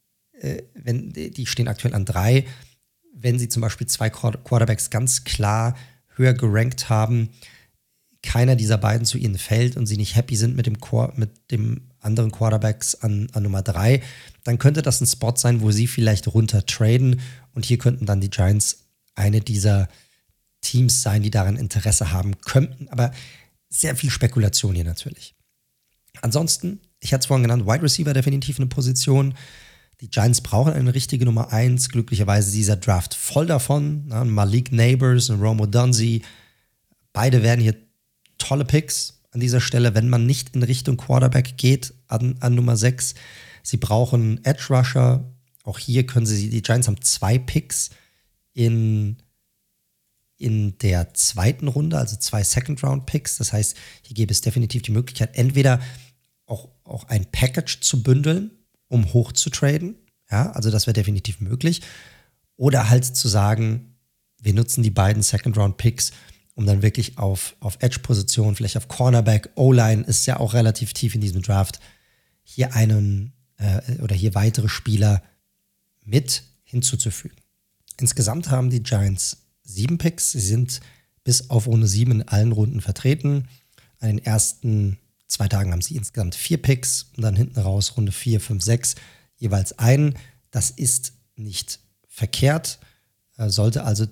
stehen aktuell an 3, wenn sie zum Beispiel 2 Quarterbacks ganz klar höher gerankt haben, keiner dieser beiden zu ihnen fällt und sie nicht happy sind mit dem anderen Quarterbacks an Nummer 3, dann könnte das ein Spot sein, wo sie vielleicht runter traden und hier könnten dann die Giants eine dieser Teams sein, die daran Interesse haben könnten, aber sehr viel Spekulation hier natürlich. Ansonsten, ich hatte es vorhin genannt, Wide Receiver definitiv eine Position. Die Giants brauchen eine richtige Nummer 1. Glücklicherweise ist dieser Draft voll davon. Malik Neighbors und Rome Odunze. Beide werden hier tolle Picks an dieser Stelle, wenn man nicht in Richtung Quarterback geht an Nummer 6. Sie brauchen Edge Rusher. Auch hier die Giants haben 2 Picks in der zweiten Runde, also 2 Second-Round-Picks. Das heißt, hier gäbe es definitiv die Möglichkeit, entweder auch ein Package zu bündeln, um hoch zu traden. Ja, also das wäre definitiv möglich. Oder halt zu sagen, wir nutzen die beiden Second-Round-Picks, um dann wirklich auf Edge-Position, vielleicht auf Cornerback, O-Line ist ja auch relativ tief in diesem Draft, hier hier weitere Spieler mit hinzuzufügen. Insgesamt haben die Giants 7 Picks. Sie sind bis auf Runde 7 in allen Runden vertreten. An den ersten 2 Tagen haben sie insgesamt 4 Picks und dann hinten raus Runde 4, 5, 6 jeweils einen. Das ist nicht verkehrt. Sollte also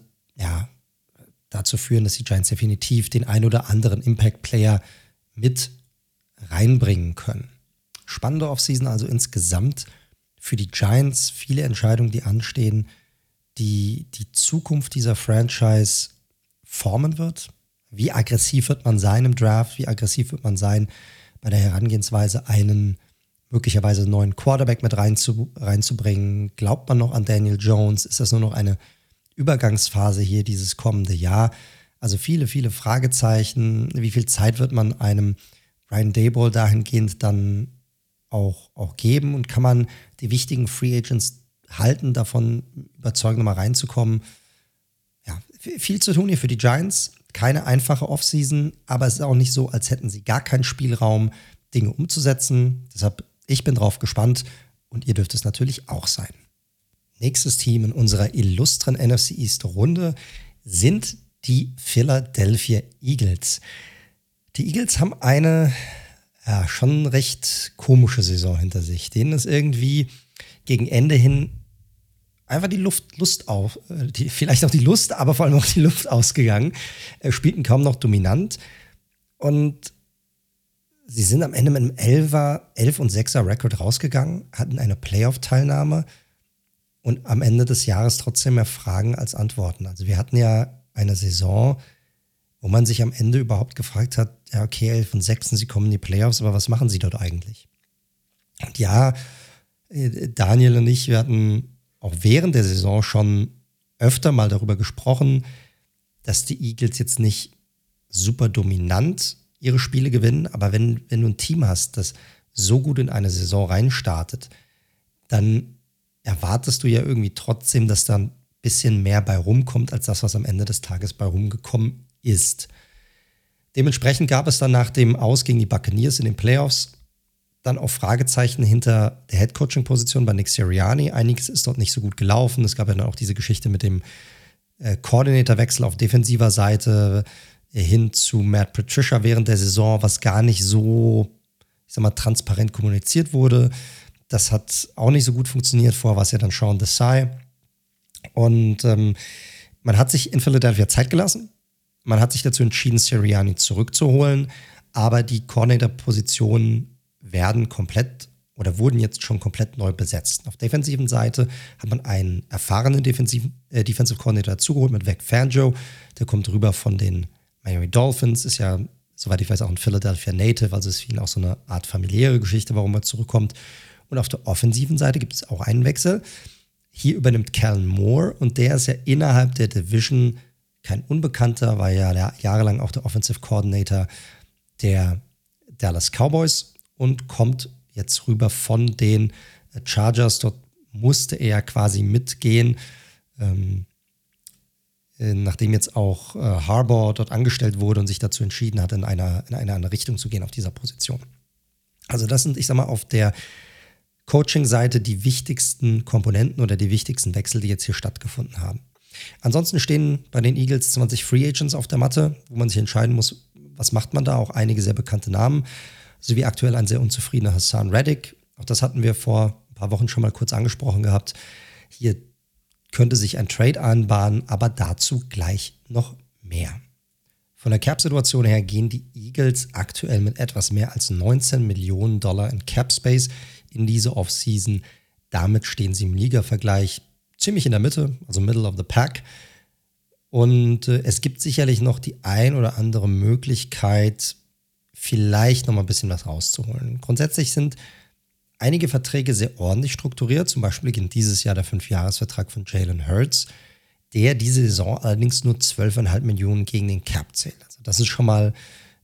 dazu führen, dass die Giants definitiv den ein oder anderen Impact-Player mit reinbringen können. Spannende Offseason also insgesamt für die Giants. Viele Entscheidungen, die anstehen, die Zukunft dieser Franchise formen wird. Wie aggressiv wird man sein im Draft? Wie aggressiv wird man sein bei der Herangehensweise, einen möglicherweise neuen Quarterback mit reinzubringen? Glaubt man noch an Daniel Jones? Ist das nur noch eine Übergangsphase hier dieses kommende Jahr? Also viele, viele Fragezeichen. Wie viel Zeit wird man einem Ryan Daboll dahingehend dann auch geben? Und kann man die wichtigen Free Agents halten, davon überzeugen, nochmal reinzukommen? Ja, viel zu tun hier für die Giants. Keine einfache Offseason, aber es ist auch nicht so, als hätten sie gar keinen Spielraum, Dinge umzusetzen. Deshalb, ich bin drauf gespannt und ihr dürft es natürlich auch sein. Nächstes Team in unserer illustren NFC East Runde sind die Philadelphia Eagles. Die Eagles haben eine schon recht komische Saison hinter sich. Denen ist irgendwie gegen Ende hin einfach vielleicht auch die Lust, aber vor allem auch die Luft ausgegangen. Spielten kaum noch dominant. Und sie sind am Ende mit einem 11 und 6er Rekord rausgegangen, hatten eine Playoff-Teilnahme und am Ende des Jahres trotzdem mehr Fragen als Antworten. Also wir hatten ja eine Saison, wo man sich am Ende überhaupt gefragt hat, ja okay, 11 und 6, sie kommen in die Playoffs, aber was machen sie dort eigentlich? Und ja, Daniel und ich, wir hatten auch während der Saison schon öfter mal darüber gesprochen, dass die Eagles jetzt nicht super dominant ihre Spiele gewinnen, aber wenn du ein Team hast, das so gut in eine Saison reinstartet, dann erwartest du ja irgendwie trotzdem, dass da ein bisschen mehr bei rumkommt, als das, was am Ende des Tages bei rumgekommen ist. Dementsprechend gab es dann nach dem Aus gegen die Buccaneers in den Playoffs dann auch Fragezeichen hinter der Head-Coaching-Position bei Nick Sirianni. Einiges ist dort nicht so gut gelaufen. Es gab ja dann auch diese Geschichte mit dem Coordinator-Wechsel auf defensiver Seite hin zu Matt Patricia während der Saison, was gar nicht so, transparent kommuniziert wurde. Das hat auch nicht so gut funktioniert. Vorher war es ja dann Sean Desai. Und man hat sich in Philadelphia Zeit gelassen. Man hat sich dazu entschieden, Sirianni zurückzuholen. Aber die Coordinator-Positionen werden komplett oder wurden jetzt schon komplett neu besetzt. Auf der defensiven Seite hat man einen erfahrenen Defensive Coordinator dazugeholt mit Vic Fangio. Der kommt rüber von den Miami Dolphins, ist ja, soweit ich weiß, auch ein Philadelphia Native, also ist für ihn auch so eine Art familiäre Geschichte, warum er zurückkommt. Und auf der offensiven Seite gibt es auch einen Wechsel. Hier übernimmt Kellen Moore und der ist ja innerhalb der Division kein Unbekannter, war ja jahrelang auch der Offensive Coordinator der Dallas Cowboys und kommt jetzt rüber von den Chargers. Dort musste er quasi mitgehen, nachdem jetzt auch Harbaugh dort angestellt wurde und sich dazu entschieden hat, in eine andere Richtung zu gehen auf dieser Position. Also das sind, ich sag mal, auf der Coaching-Seite die wichtigsten Komponenten oder die wichtigsten Wechsel, die jetzt hier stattgefunden haben. Ansonsten stehen bei den Eagles 20 Free Agents auf der Matte, wo man sich entscheiden muss, was macht man da? Auch einige sehr bekannte Namen, sowie aktuell ein sehr unzufriedener Hassan Reddick. Auch das hatten wir vor ein paar Wochen schon mal kurz angesprochen gehabt. Hier könnte sich ein Trade anbahnen, aber dazu gleich noch mehr. Von der Cap-Situation her gehen die Eagles aktuell mit etwas mehr als $19 Millionen in Cap-Space in diese Offseason. Damit stehen sie im Liga-Vergleich ziemlich in der Mitte, also Middle of the Pack. Und es gibt sicherlich noch die ein oder andere Möglichkeit, vielleicht noch mal ein bisschen was rauszuholen. Grundsätzlich sind einige Verträge sehr ordentlich strukturiert. Zum Beispiel beginnt dieses Jahr der 5-Jahres-Vertrag von Jalen Hurts, der diese Saison allerdings nur 12,5 Millionen gegen den Cap zählt. Also das ist schon mal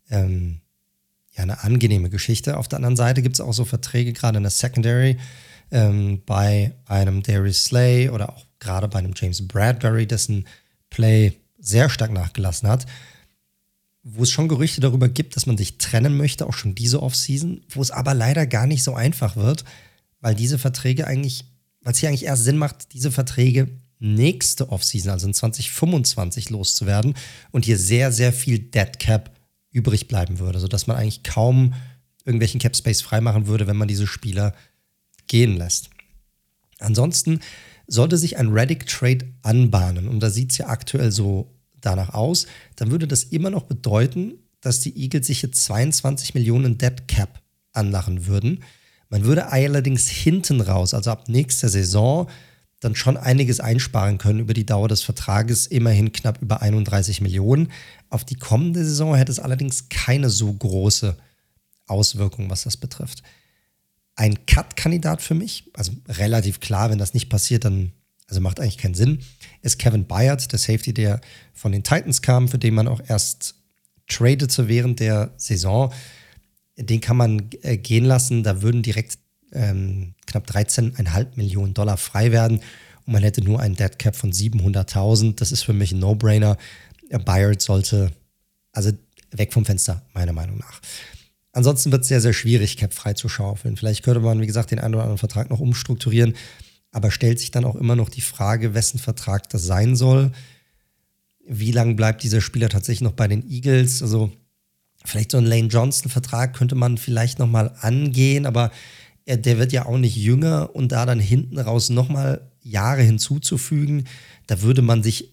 eine angenehme Geschichte. Auf der anderen Seite gibt es auch so Verträge, gerade in der Secondary, bei einem Darius Slay oder auch gerade bei einem James Bradbury, dessen Play sehr stark nachgelassen hat, wo es schon Gerüchte darüber gibt, dass man sich trennen möchte, auch schon diese Offseason, wo es aber leider gar nicht so einfach wird, weil diese Verträge weil es hier eigentlich erst Sinn macht, diese Verträge nächste Offseason, also in 2025 loszuwerden und hier sehr, sehr viel Dead Cap übrig bleiben würde, sodass man eigentlich kaum irgendwelchen Cap Space freimachen würde, wenn man diese Spieler gehen lässt. Ansonsten sollte sich ein Reddick-Trade anbahnen, und da sieht es ja aktuell so danach aus, dann würde das immer noch bedeuten, dass die Eagles sich jetzt 22 Millionen Dead Cap anlachen würden. Man würde allerdings hinten raus, also ab nächster Saison, dann schon einiges einsparen können über die Dauer des Vertrages, immerhin knapp über 31 Millionen. Auf die kommende Saison hätte es allerdings keine so große Auswirkung, was das betrifft. Ein Cut-Kandidat für mich, also relativ klar, wenn das nicht passiert, dann macht eigentlich keinen Sinn, ist Kevin Byard, der Safety, der von den Titans kam, für den man auch erst tradete während der Saison. Den kann man gehen lassen, da würden direkt knapp $13,5 Millionen frei werden und man hätte nur einen Dead Cap von 700.000. Das ist für mich ein No-Brainer. Byard sollte weg vom Fenster, meiner Meinung nach. Ansonsten wird es sehr, sehr schwierig, Cap frei zu schaufeln. Vielleicht könnte man, wie gesagt, den einen oder anderen Vertrag noch umstrukturieren, aber stellt sich dann auch immer noch die Frage, wessen Vertrag das sein soll. Wie lange bleibt dieser Spieler tatsächlich noch bei den Eagles? Also vielleicht so einen Lane Johnson-Vertrag könnte man vielleicht noch mal angehen, aber der wird ja auch nicht jünger, und da dann hinten raus noch mal Jahre hinzuzufügen, da würde man sich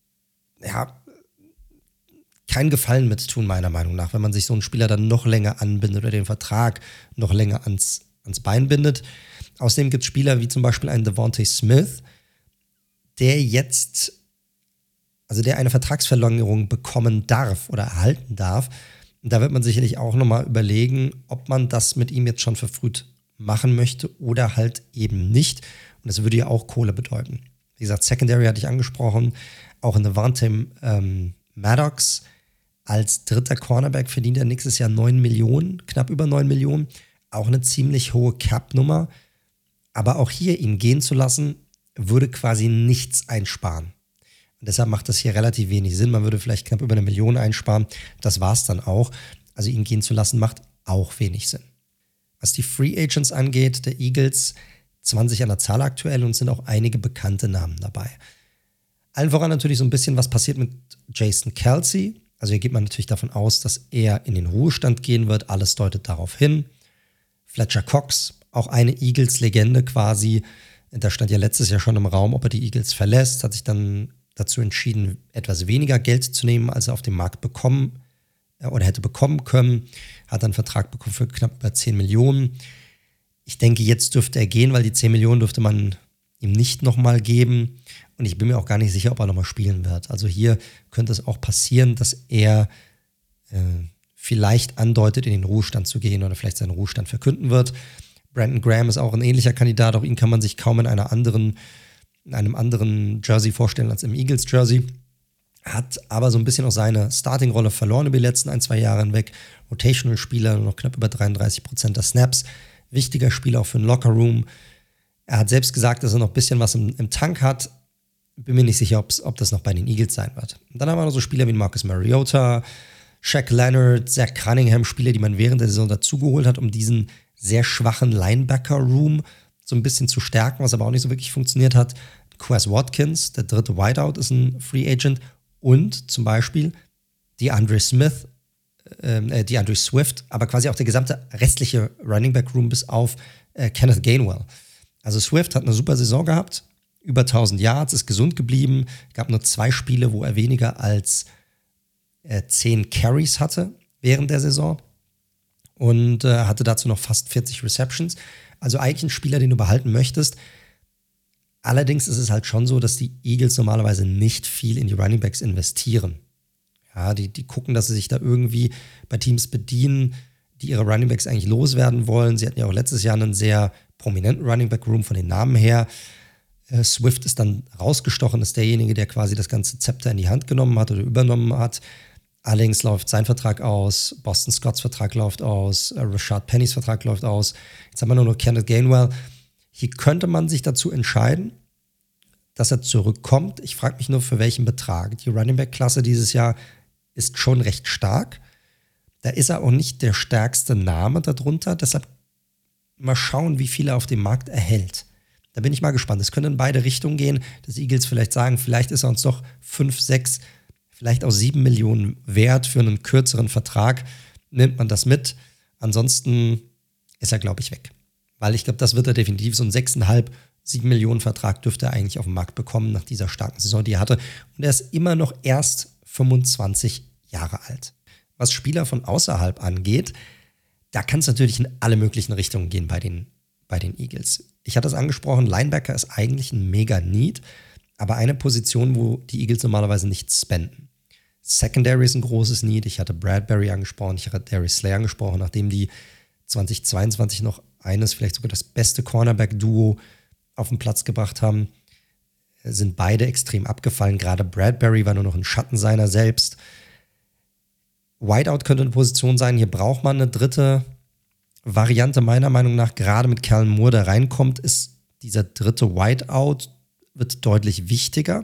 keinen Gefallen mit tun, meiner Meinung nach, wenn man sich so einen Spieler dann noch länger anbindet oder den Vertrag noch länger ans Bein bindet. Außerdem gibt es Spieler wie zum Beispiel einen Devontae Smith, der eine Vertragsverlängerung bekommen darf oder erhalten darf. Und da wird man sicherlich auch nochmal überlegen, ob man das mit ihm jetzt schon verfrüht machen möchte oder halt eben nicht. Und das würde ja auch Kohle bedeuten. Wie gesagt, Secondary hatte ich angesprochen. Auch in Devontae Maddox als dritter Cornerback verdient er nächstes Jahr 9 Millionen, knapp über 9 Millionen. Auch eine ziemlich hohe Cap-Nummer. Aber auch hier ihn gehen zu lassen, würde quasi nichts einsparen. Und deshalb macht das hier relativ wenig Sinn. Man würde vielleicht knapp über 1 Million einsparen. Das war es dann auch. Also ihn gehen zu lassen, macht auch wenig Sinn. Was die Free Agents angeht, der Eagles 20 an der Zahl aktuell, und sind auch einige bekannte Namen dabei. Allen voran natürlich so ein bisschen, was passiert mit Jason Kelce. Also hier geht man natürlich davon aus, dass er in den Ruhestand gehen wird. Alles deutet darauf hin. Fletcher Cox, auch eine Eagles-Legende quasi. Da stand ja letztes Jahr schon im Raum, ob er die Eagles verlässt. Hat sich dann dazu entschieden, etwas weniger Geld zu nehmen, als er auf dem Markt bekommen oder hätte bekommen können. Hat dann einen Vertrag bekommen für knapp über 10 Millionen. Ich denke, jetzt dürfte er gehen, weil die 10 Millionen dürfte man ihm nicht nochmal geben. Und ich bin mir auch gar nicht sicher, ob er nochmal spielen wird. Also hier könnte es auch passieren, dass er vielleicht andeutet, in den Ruhestand zu gehen oder vielleicht seinen Ruhestand verkünden wird. Brandon Graham ist auch ein ähnlicher Kandidat. Auch ihn kann man sich kaum in einem anderen Jersey vorstellen als im Eagles-Jersey. Hat aber so ein bisschen auch seine Starting-Rolle verloren über die letzten 1-2 Jahre hinweg. Rotational-Spieler, noch knapp über 33% der Snaps. Wichtiger Spieler auch für den Lockerroom. Er hat selbst gesagt, dass er noch ein bisschen was im Tank hat. Bin mir nicht sicher, ob das noch bei den Eagles sein wird. Und dann haben wir noch so Spieler wie Marcus Mariota, Shaq Leonard, Zach Cunningham, Spieler, die man während der Saison dazugeholt hat, um diesen sehr schwachen Linebacker-Room so ein bisschen zu stärken, was aber auch nicht so wirklich funktioniert hat. Quez Watkins, der dritte Wideout, ist ein Free Agent. Und zum Beispiel DeAndre Swift, aber quasi auch der gesamte restliche Running Back Room bis auf Kenneth Gainwell. Also Swift hat eine super Saison gehabt, über 1000 Yards, ist gesund geblieben. Gab nur 2 Spiele, wo er weniger als 10 Carries hatte während der Saison und hatte dazu noch fast 40 Receptions. Also eigentlich ein Spieler, den du behalten möchtest. Allerdings ist es halt schon so, dass die Eagles normalerweise nicht viel in die Running Backs investieren. Ja, die gucken, dass sie sich da irgendwie bei Teams bedienen, die ihre Running Backs eigentlich loswerden wollen. Sie hatten ja auch letztes Jahr einen sehr prominenten Running Back Room von den Namen her. Swift ist dann rausgestochen, ist derjenige, der quasi das ganze Zepter in die Hand genommen hat oder übernommen hat. Allerdings läuft sein Vertrag aus, Boston Scotts Vertrag läuft aus, Rashad Pennys Vertrag läuft aus. Jetzt haben wir nur noch Kenneth Gainwell. Hier könnte man sich dazu entscheiden, dass er zurückkommt. Ich frage mich nur, für welchen Betrag. Die Running Back-Klasse dieses Jahr ist schon recht stark. Da ist er auch nicht der stärkste Name darunter. Deshalb mal schauen, wie viel er auf dem Markt erhält. Da bin ich mal gespannt. Es könnte in beide Richtungen gehen. Dass Eagles vielleicht sagen, vielleicht ist er uns doch 5, 6, vielleicht auch 7 Millionen wert für einen kürzeren Vertrag. Nimmt man das mit. Ansonsten ist er, glaube ich, weg. Weil ich glaube, das wird er definitiv. So ein 6,5, 7 Millionen Vertrag dürfte er eigentlich auf dem Markt bekommen nach dieser starken Saison, die er hatte. Und er ist immer noch erst 25 Jahre alt. Was Spieler von außerhalb angeht, da kann es natürlich in alle möglichen Richtungen gehen bei den Eagles. Ich hatte es angesprochen, Linebacker ist eigentlich ein Mega-Need, aber eine Position, wo die Eagles normalerweise nichts spenden. Secondary ist ein großes Need. Ich hatte Bradbury angesprochen, ich hatte Darius Slay angesprochen, nachdem die 2022 noch vielleicht sogar das beste Cornerback-Duo auf den Platz gebracht haben, sind beide extrem abgefallen. Gerade Bradbury war nur noch ein Schatten seiner selbst. Wideout könnte eine Position sein. Hier braucht man eine dritte Variante, meiner Meinung nach. Gerade mit Kellen Moore, der reinkommt, ist dieser dritte Wideout wird deutlich wichtiger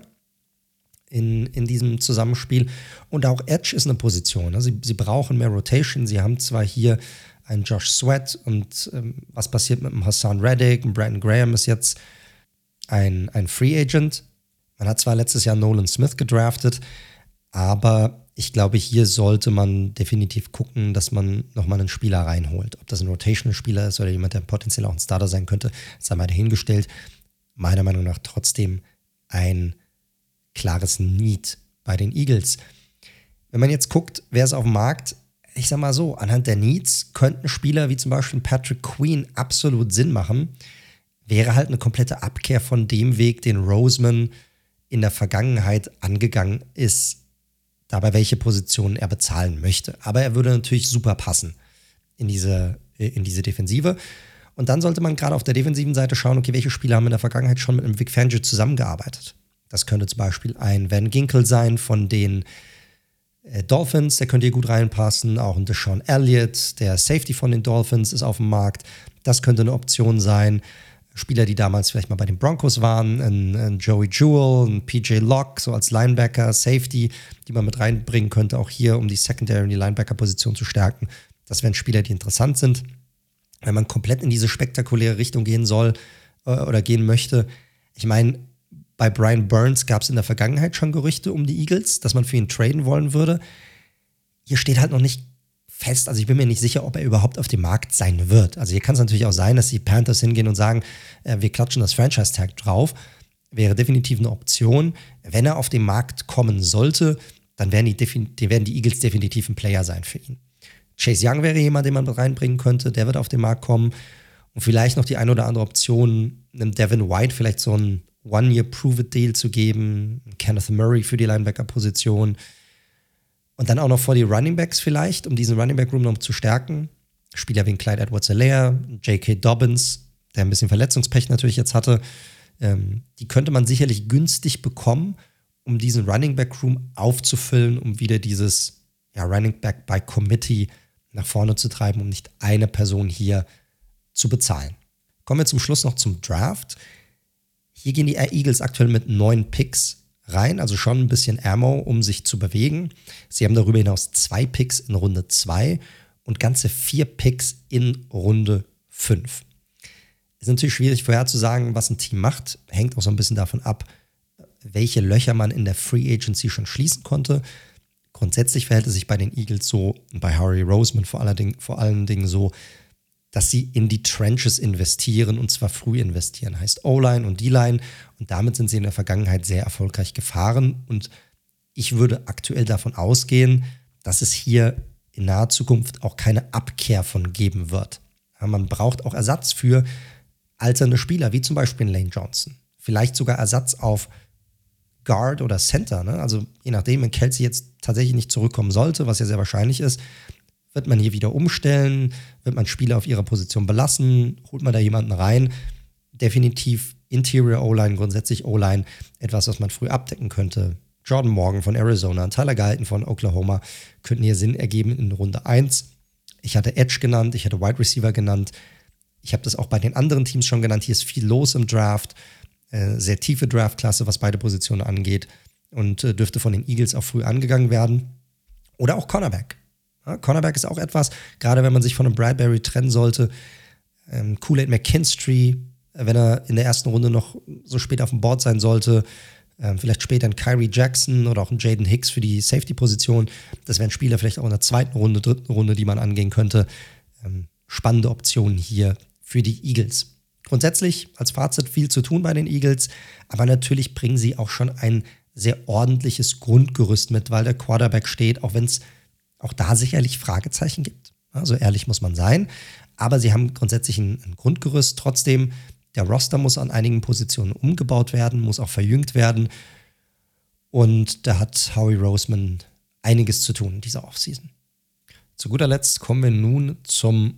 in diesem Zusammenspiel. Und auch Edge ist eine Position. Also sie brauchen mehr Rotation. Sie haben zwar hier einen Josh Sweat und was passiert mit dem Hassan Reddick? Brandon Graham ist jetzt ein Free Agent. Man hat zwar letztes Jahr Nolan Smith gedraftet, aber ich glaube, hier sollte man definitiv gucken, dass man nochmal einen Spieler reinholt. Ob das ein Rotational-Spieler ist oder jemand, der potenziell auch ein Starter sein könnte, sei mal dahingestellt. Meiner Meinung nach trotzdem ein klares Need bei den Eagles. Wenn man jetzt guckt, wer ist auf dem Markt, ich sag mal so, anhand der Needs könnten Spieler wie zum Beispiel Patrick Queen absolut Sinn machen. Wäre halt eine komplette Abkehr von dem Weg, den Roseman in der Vergangenheit angegangen ist, dabei welche Positionen er bezahlen möchte. Aber er würde natürlich super passen in diese Defensive. Und dann sollte man gerade auf der defensiven Seite schauen, okay, welche Spieler haben in der Vergangenheit schon mit einem Vic Fangio zusammengearbeitet. Das könnte zum Beispiel ein Van Ginkel sein von den Dolphins, der könnte hier gut reinpassen. Auch ein Deshaun Elliott, der Safety von den Dolphins, ist auf dem Markt. Das könnte eine Option sein. Spieler, die damals vielleicht mal bei den Broncos waren, ein Joey Jewell, ein PJ Locke, so als Linebacker, Safety, die man mit reinbringen könnte, auch hier, um die Secondary und die Linebacker-Position zu stärken. Das wären Spieler, die interessant sind. Wenn man komplett in diese spektakuläre Richtung gehen soll oder gehen möchte, ich meine, bei Brian Burns gab es in der Vergangenheit schon Gerüchte um die Eagles, dass man für ihn traden wollen würde. Hier steht halt noch nicht fest, also ich bin mir nicht sicher, ob er überhaupt auf dem Markt sein wird. Also hier kann es natürlich auch sein, dass die Panthers hingehen und sagen, wir klatschen das Franchise-Tag drauf. Wäre definitiv eine Option. Wenn er auf den Markt kommen sollte, dann werden die Eagles definitiv ein Player sein für ihn. Chase Young wäre jemand, den man reinbringen könnte, der wird auf den Markt kommen. Und vielleicht noch die ein oder andere Option, einem Devin White vielleicht so ein One-Year-Prove-It-Deal zu geben, Kenneth Murray für die Linebacker-Position und dann auch noch vor die Runningbacks vielleicht, um diesen Running-Back-Room noch zu stärken. Spieler wie Clyde Edwards-Helaire, J.K. Dobbins, der ein bisschen Verletzungspech natürlich jetzt hatte, die könnte man sicherlich günstig bekommen, um diesen Running-Back-Room aufzufüllen, um wieder dieses Running-Back by Committee nach vorne zu treiben, um nicht eine Person hier zu bezahlen. Kommen wir zum Schluss noch zum Draft. Hier gehen die Eagles aktuell mit 9 Picks rein, also schon ein bisschen Ammo, um sich zu bewegen. Sie haben darüber hinaus 2 Picks in Runde 2 und ganze 4 Picks in Runde 5. Ist natürlich schwierig vorherzusagen, was ein Team macht. Hängt auch so ein bisschen davon ab, welche Löcher man in der Free Agency schon schließen konnte. Grundsätzlich verhält es sich bei den Eagles so, bei Howie Roseman vor allen Dingen so, dass sie in die Trenches investieren und zwar früh investieren. Heißt O-Line und D-Line und damit sind sie in der Vergangenheit sehr erfolgreich gefahren und ich würde aktuell davon ausgehen, dass es hier in naher Zukunft auch keine Abkehr von geben wird. Ja, man braucht auch Ersatz für alternde Spieler, wie zum Beispiel Lane Johnson. Vielleicht sogar Ersatz auf Guard oder Center, ne? Also je nachdem, wenn Kelsey jetzt tatsächlich nicht zurückkommen sollte, was ja sehr wahrscheinlich ist, wird man hier wieder umstellen, wird man Spieler auf ihrer Position belassen, holt man da jemanden rein. Definitiv Interior O-Line, grundsätzlich O-Line, etwas, was man früh abdecken könnte. Jordan Morgan von Arizona, Tyler Guyton von Oklahoma könnten hier Sinn ergeben in Runde 1. Ich hatte Edge genannt, ich hatte Wide Receiver genannt. Ich habe das auch bei den anderen Teams schon genannt. Hier ist viel los im Draft. Sehr tiefe Draftklasse, was beide Positionen angeht und dürfte von den Eagles auch früh angegangen werden. Oder auch Cornerback. Ja, Cornerback ist auch etwas, gerade wenn man sich von einem Bradbury trennen sollte. Kool-Aid McKinstry, wenn er in der ersten Runde noch so spät auf dem Board sein sollte. Vielleicht später ein Kyrie Jackson oder auch ein Jaden Hicks für die Safety-Position. Das wären Spieler vielleicht auch in der zweiten Runde, dritten Runde, die man angehen könnte. Spannende Optionen hier für die Eagles. Grundsätzlich als Fazit viel zu tun bei den Eagles, aber natürlich bringen sie auch schon ein sehr ordentliches Grundgerüst mit, weil der Quarterback steht, auch wenn es auch da sicherlich Fragezeichen gibt. So ehrlich muss man sein. Aber sie haben grundsätzlich ein Grundgerüst. Trotzdem, der Roster muss an einigen Positionen umgebaut werden, muss auch verjüngt werden. Und da hat Howie Roseman einiges zu tun in dieser Offseason. Zu guter Letzt kommen wir nun zum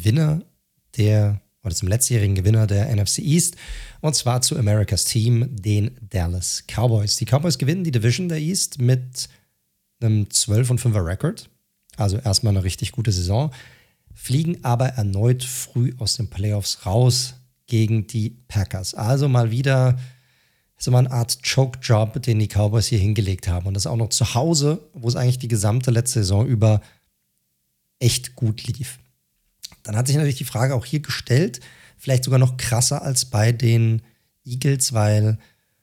zum letztjährigen Gewinner der NFC East, und zwar zu Americas Team, den Dallas Cowboys. Die Cowboys gewinnen die Division der East mit einem 12-5er Record, also erstmal eine richtig gute Saison, fliegen aber erneut früh aus den Playoffs raus gegen die Packers. Also mal wieder so eine Art Choke-Job, den die Cowboys hier hingelegt haben. Und das auch noch zu Hause, wo es eigentlich die gesamte letzte Saison über echt gut lief. Dann hat sich natürlich die Frage auch hier gestellt, vielleicht sogar noch krasser als bei den Eagles, weil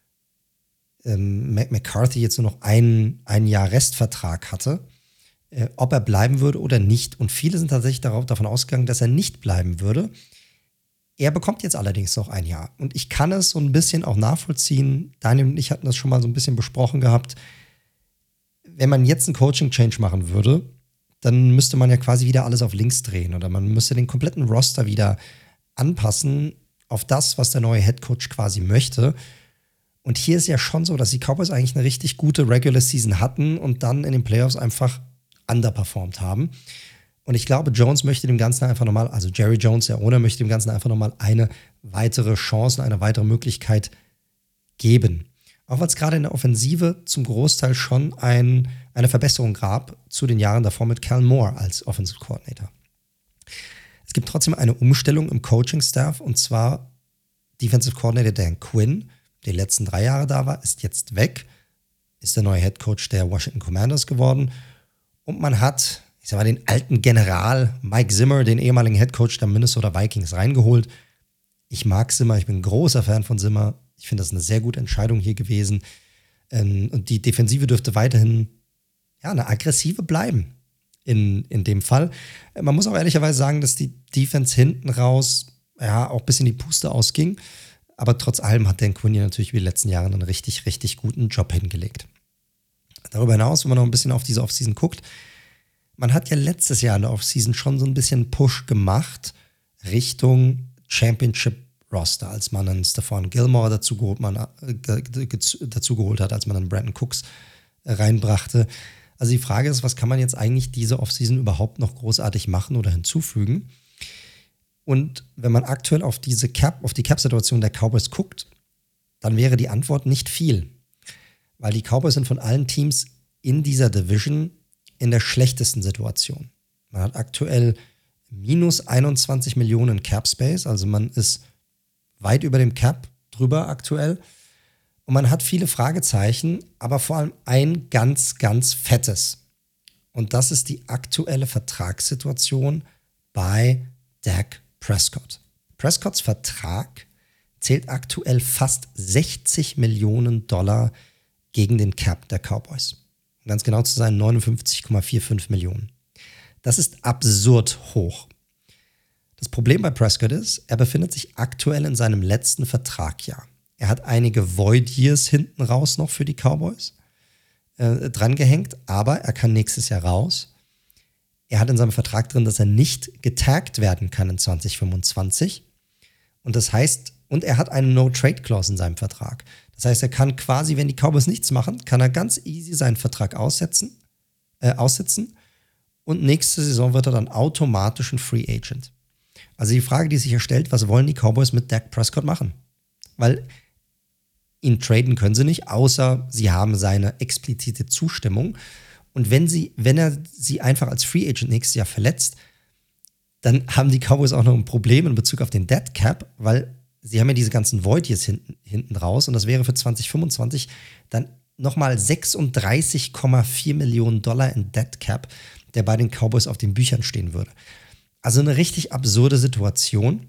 McCarthy jetzt nur noch ein Jahr Restvertrag hatte, ob er bleiben würde oder nicht. Und viele sind tatsächlich davon ausgegangen, dass er nicht bleiben würde. Er bekommt jetzt allerdings noch ein Jahr. Und ich kann es so ein bisschen auch nachvollziehen. Daniel und ich hatten das schon mal so ein bisschen besprochen gehabt. Wenn man jetzt einen Coaching-Change machen würde, dann müsste man ja quasi wieder alles auf links drehen oder man müsste den kompletten Roster wieder anpassen auf das, was der neue Headcoach quasi möchte. Und hier ist ja schon so, dass die Cowboys eigentlich eine richtig gute Regular Season hatten und dann in den Playoffs einfach underperformed haben. Und ich glaube, Jones möchte dem Ganzen einfach nochmal, also Jerry Jones, der Owner, möchte dem Ganzen einfach nochmal eine weitere Chance, eine weitere Möglichkeit geben. Auch weil es gerade in der Offensive zum Großteil schon eine Verbesserung gab zu den Jahren davor mit Kellen Moore als Offensive Coordinator. Es gibt trotzdem eine Umstellung im Coaching-Staff, und zwar Defensive Coordinator Dan Quinn, der die letzten 3 Jahre da war, ist jetzt weg, ist der neue Head Coach der Washington Commanders geworden. Und man hat, ich sag mal, den alten General Mike Zimmer, den ehemaligen Head Coach der Minnesota Vikings, reingeholt. Ich mag Zimmer, ich bin ein großer Fan von Zimmer. Ich finde das eine sehr gute Entscheidung hier gewesen. Und die Defensive dürfte weiterhin eine aggressive bleiben in dem Fall. Man muss auch ehrlicherweise sagen, dass die Defense hinten raus auch ein bisschen die Puste ausging. Aber trotz allem hat Dan Quinn hier natürlich wie die letzten Jahre einen richtig, richtig guten Job hingelegt. Darüber hinaus, wenn man noch ein bisschen auf diese Offseason guckt, man hat ja letztes Jahr in der Offseason schon so ein bisschen Push gemacht Richtung Championship-Roster, als man einen Stephon Gilmore dazu geholt hat, als man einen Brandon Cooks reinbrachte. Also die Frage ist, was kann man jetzt eigentlich diese Offseason überhaupt noch großartig machen oder hinzufügen? Und wenn man aktuell auf die Cap-Situation der Cowboys guckt, dann wäre die Antwort nicht viel. Weil die Cowboys sind von allen Teams in dieser Division in der schlechtesten Situation. Man hat aktuell minus 21 Millionen Cap Space, also man ist weit über dem Cap drüber aktuell. Und man hat viele Fragezeichen, aber vor allem ein ganz, ganz fettes. Und das ist die aktuelle Vertragssituation bei Dak Prescott. Prescotts Vertrag zählt aktuell fast 60 Millionen Dollar gegen den Cap der Cowboys. Um ganz genau zu sein, 59,45 Millionen. Das ist absurd hoch. Das Problem bei Prescott ist, er befindet sich aktuell in seinem letzten Vertragjahr. Er hat einige Void Years hinten raus noch für die Cowboys drangehängt, aber er kann nächstes Jahr raus. Er hat in seinem Vertrag drin, dass er nicht getaggt werden kann in 2025. Und das heißt, und er hat eine No-Trade-Clause in seinem Vertrag. Das heißt, er kann quasi, wenn die Cowboys nichts machen, kann er ganz easy seinen Vertrag aussitzen. Und nächste Saison wird er dann automatisch ein Free Agent. Also die Frage, die sich hier stellt, was wollen die Cowboys mit Dak Prescott machen? Weil ihn traden können sie nicht, außer sie haben seine explizite Zustimmung. Und wenn er sie einfach als Free Agent nächstes Jahr verletzt, dann haben die Cowboys auch noch ein Problem in Bezug auf den Dead Cap, weil sie haben ja diese ganzen Void Years hinten raus und das wäre für 2025 dann nochmal 36,4 Millionen Dollar in Dead Cap, der bei den Cowboys auf den Büchern stehen würde. Also eine richtig absurde Situation.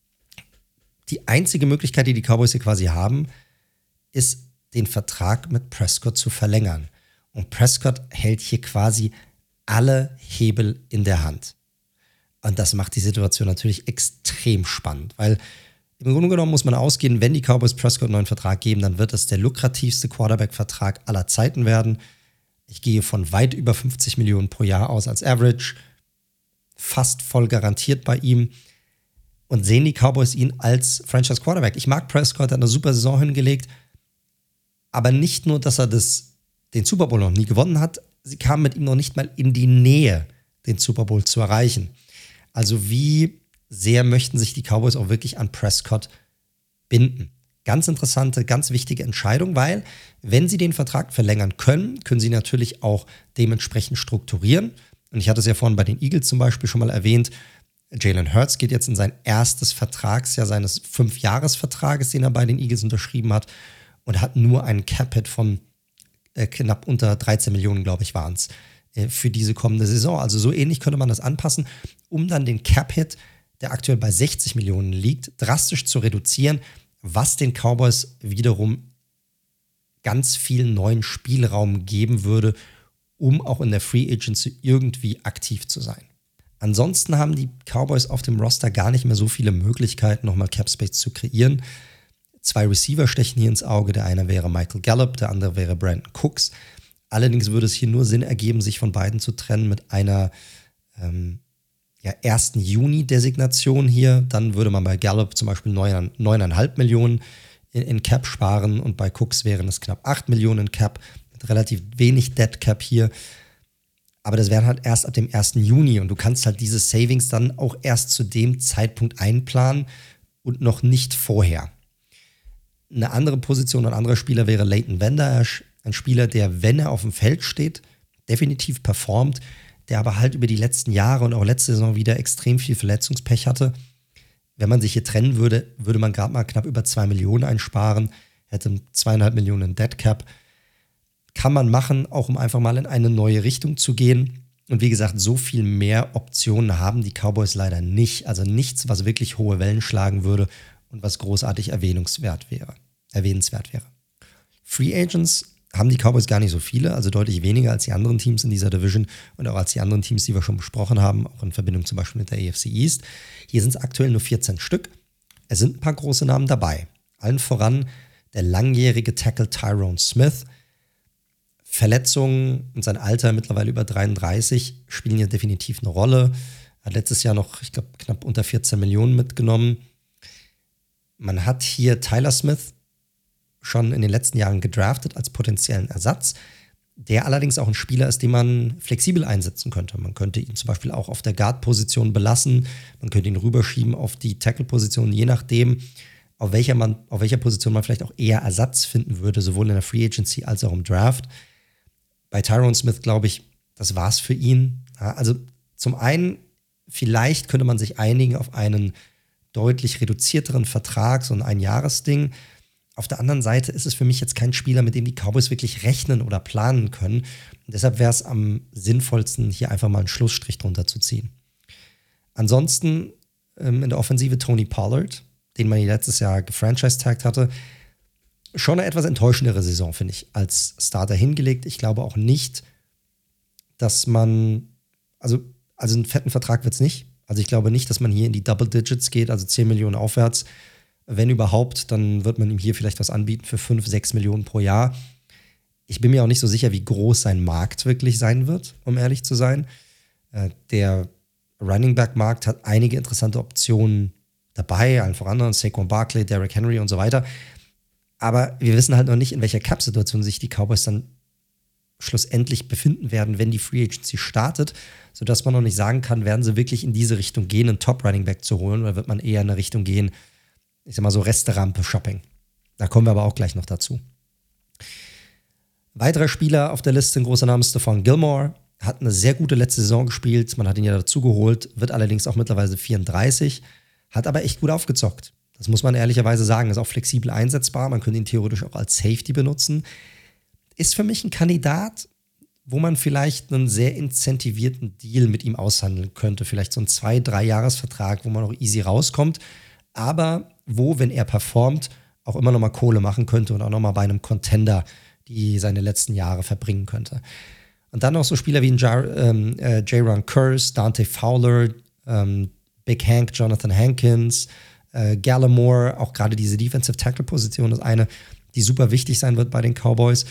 Die einzige Möglichkeit, die die Cowboys hier quasi haben, ist, den Vertrag mit Prescott zu verlängern. Und Prescott hält hier quasi alle Hebel in der Hand. Und das macht die Situation natürlich extrem spannend, weil im Grunde genommen muss man ausgehen, wenn die Cowboys Prescott einen neuen Vertrag geben, dann wird es der lukrativste Quarterback-Vertrag aller Zeiten werden. Ich gehe von weit über 50 Millionen pro Jahr aus als Average, fast voll garantiert bei ihm. Und sehen die Cowboys ihn als Franchise-Quarterback. Ich mag Prescott, er hat eine super Saison hingelegt, aber nicht nur, dass er den Super Bowl noch nie gewonnen hat, sie kamen mit ihm noch nicht mal in die Nähe, den Super Bowl zu erreichen. Also wie sehr möchten sich die Cowboys auch wirklich an Prescott binden. Ganz interessante, ganz wichtige Entscheidung, weil wenn sie den Vertrag verlängern können, können sie natürlich auch dementsprechend strukturieren. Und ich hatte es ja vorhin bei den Eagles zum Beispiel schon mal erwähnt, Jalen Hurts geht jetzt in sein erstes Vertragsjahr seines 5-Jahres-Vertrages, den er bei den Eagles unterschrieben hat, und hat nur einen Cap-Hit von knapp unter 13 Millionen, glaube ich, waren es, für diese kommende Saison. Also so ähnlich könnte man das anpassen, um dann den Cap-Hit, der aktuell bei 60 Millionen liegt, drastisch zu reduzieren, was den Cowboys wiederum ganz viel neuen Spielraum geben würde, um auch in der Free Agency irgendwie aktiv zu sein. Ansonsten haben die Cowboys auf dem Roster gar nicht mehr so viele Möglichkeiten, nochmal Cap Space zu kreieren. 2 Receiver stechen hier ins Auge. Der eine wäre Michael Gallup, der andere wäre Brandon Cooks. Allerdings würde es hier nur Sinn ergeben, sich von beiden zu trennen mit einer 1. Juni-Designation hier. Dann würde man bei Gallup zum Beispiel 9,5 Millionen in Cap sparen und bei Cooks wären es knapp 8 Millionen in Cap, mit relativ wenig Dead Cap hier. Aber das wären halt erst ab dem 1. Juni und du kannst halt diese Savings dann auch erst zu dem Zeitpunkt einplanen und noch nicht vorher. Eine andere Position, ein anderer Spieler wäre Leighton Vander Esch, ein Spieler, der, wenn er auf dem Feld steht, definitiv performt, der aber halt über die letzten Jahre und auch letzte Saison wieder extrem viel Verletzungspech hatte. Wenn man sich hier trennen würde, würde man gerade mal knapp über 2 Millionen einsparen, hätte 2,5 Millionen Dead Cap. Kann man machen, auch um einfach mal in eine neue Richtung zu gehen. Und wie gesagt, so viel mehr Optionen haben die Cowboys leider nicht. Also nichts, was wirklich hohe Wellen schlagen würde und was großartig erwähnenswert wäre. Free Agents haben die Cowboys gar nicht so viele, also deutlich weniger als die anderen Teams in dieser Division und auch als die anderen Teams, die wir schon besprochen haben, auch in Verbindung zum Beispiel mit der AFC East. Hier sind es aktuell nur 14 Stück. Es sind ein paar große Namen dabei. Allen voran der langjährige Tackle Tyrone Smith. Verletzungen und sein Alter, mittlerweile über 33, spielen hier definitiv eine Rolle. Er hat letztes Jahr noch, ich glaube, knapp unter 14 Millionen mitgenommen. Man hat hier Tyler Smith schon in den letzten Jahren gedraftet als potenziellen Ersatz, der allerdings auch ein Spieler ist, den man flexibel einsetzen könnte. Man könnte ihn zum Beispiel auch auf der Guard-Position belassen, man könnte ihn rüberschieben auf die Tackle-Position, je nachdem, auf welcher Position man vielleicht auch eher Ersatz finden würde, sowohl in der Free Agency als auch im Draft. Bei Tyron Smith glaube ich, das war's für ihn. Ja, also zum einen, vielleicht könnte man sich einigen auf einen deutlich reduzierteren Vertrag, so ein Einjahresding. Auf der anderen Seite ist es für mich jetzt kein Spieler, mit dem die Cowboys wirklich rechnen oder planen können. Und deshalb wäre es am sinnvollsten, hier einfach mal einen Schlussstrich drunter zu ziehen. Ansonsten in der Offensive Tony Pollard, den man letztes Jahr gefranchise-tagged hatte, schon eine etwas enttäuschendere Saison, finde ich, als Starter hingelegt. Ich glaube auch nicht, dass man, also einen fetten Vertrag wird es nicht. Also ich glaube nicht, dass man hier in die Double Digits geht, also 10 Millionen aufwärts. Wenn überhaupt, dann wird man ihm hier vielleicht was anbieten für 5, 6 Millionen pro Jahr. Ich bin mir auch nicht so sicher, wie groß sein Markt wirklich sein wird, um ehrlich zu sein. Der Running Back Markt hat einige interessante Optionen dabei, allen voran Saquon Barkley, Derrick Henry und so weiter. Aber wir wissen halt noch nicht, in welcher Cap-Situation sich die Cowboys dann schlussendlich befinden werden, wenn die Free Agency startet, sodass man noch nicht sagen kann, werden sie wirklich in diese Richtung gehen, einen Top-Running-Back zu holen, oder wird man eher in eine Richtung gehen, ich sag mal so Resterampe-Shopping. Da kommen wir aber auch gleich noch dazu. Weiterer Spieler auf der Liste, ein großer Name, Stephon Gilmore, hat eine sehr gute letzte Saison gespielt, man hat ihn ja dazu geholt, wird allerdings auch mittlerweile 34, hat aber echt gut aufgezockt. Das muss man ehrlicherweise sagen, ist auch flexibel einsetzbar, man könnte ihn theoretisch auch als Safety benutzen. Ist für mich ein Kandidat, wo man vielleicht einen sehr incentivierten Deal mit ihm aushandeln könnte. Vielleicht so ein 2-3 Jahresvertrag, wo man auch easy rauskommt. Aber wo, wenn er performt, auch immer noch mal Kohle machen könnte und auch noch mal bei einem Contender, die seine letzten Jahre verbringen könnte. Und dann noch so Spieler wie Jaron Kearse, Dante Fowler, Big Hank, Jonathan Hankins, Gallimore, auch gerade diese Defensive Tackle-Position ist eine, die super wichtig sein wird bei den Cowboys.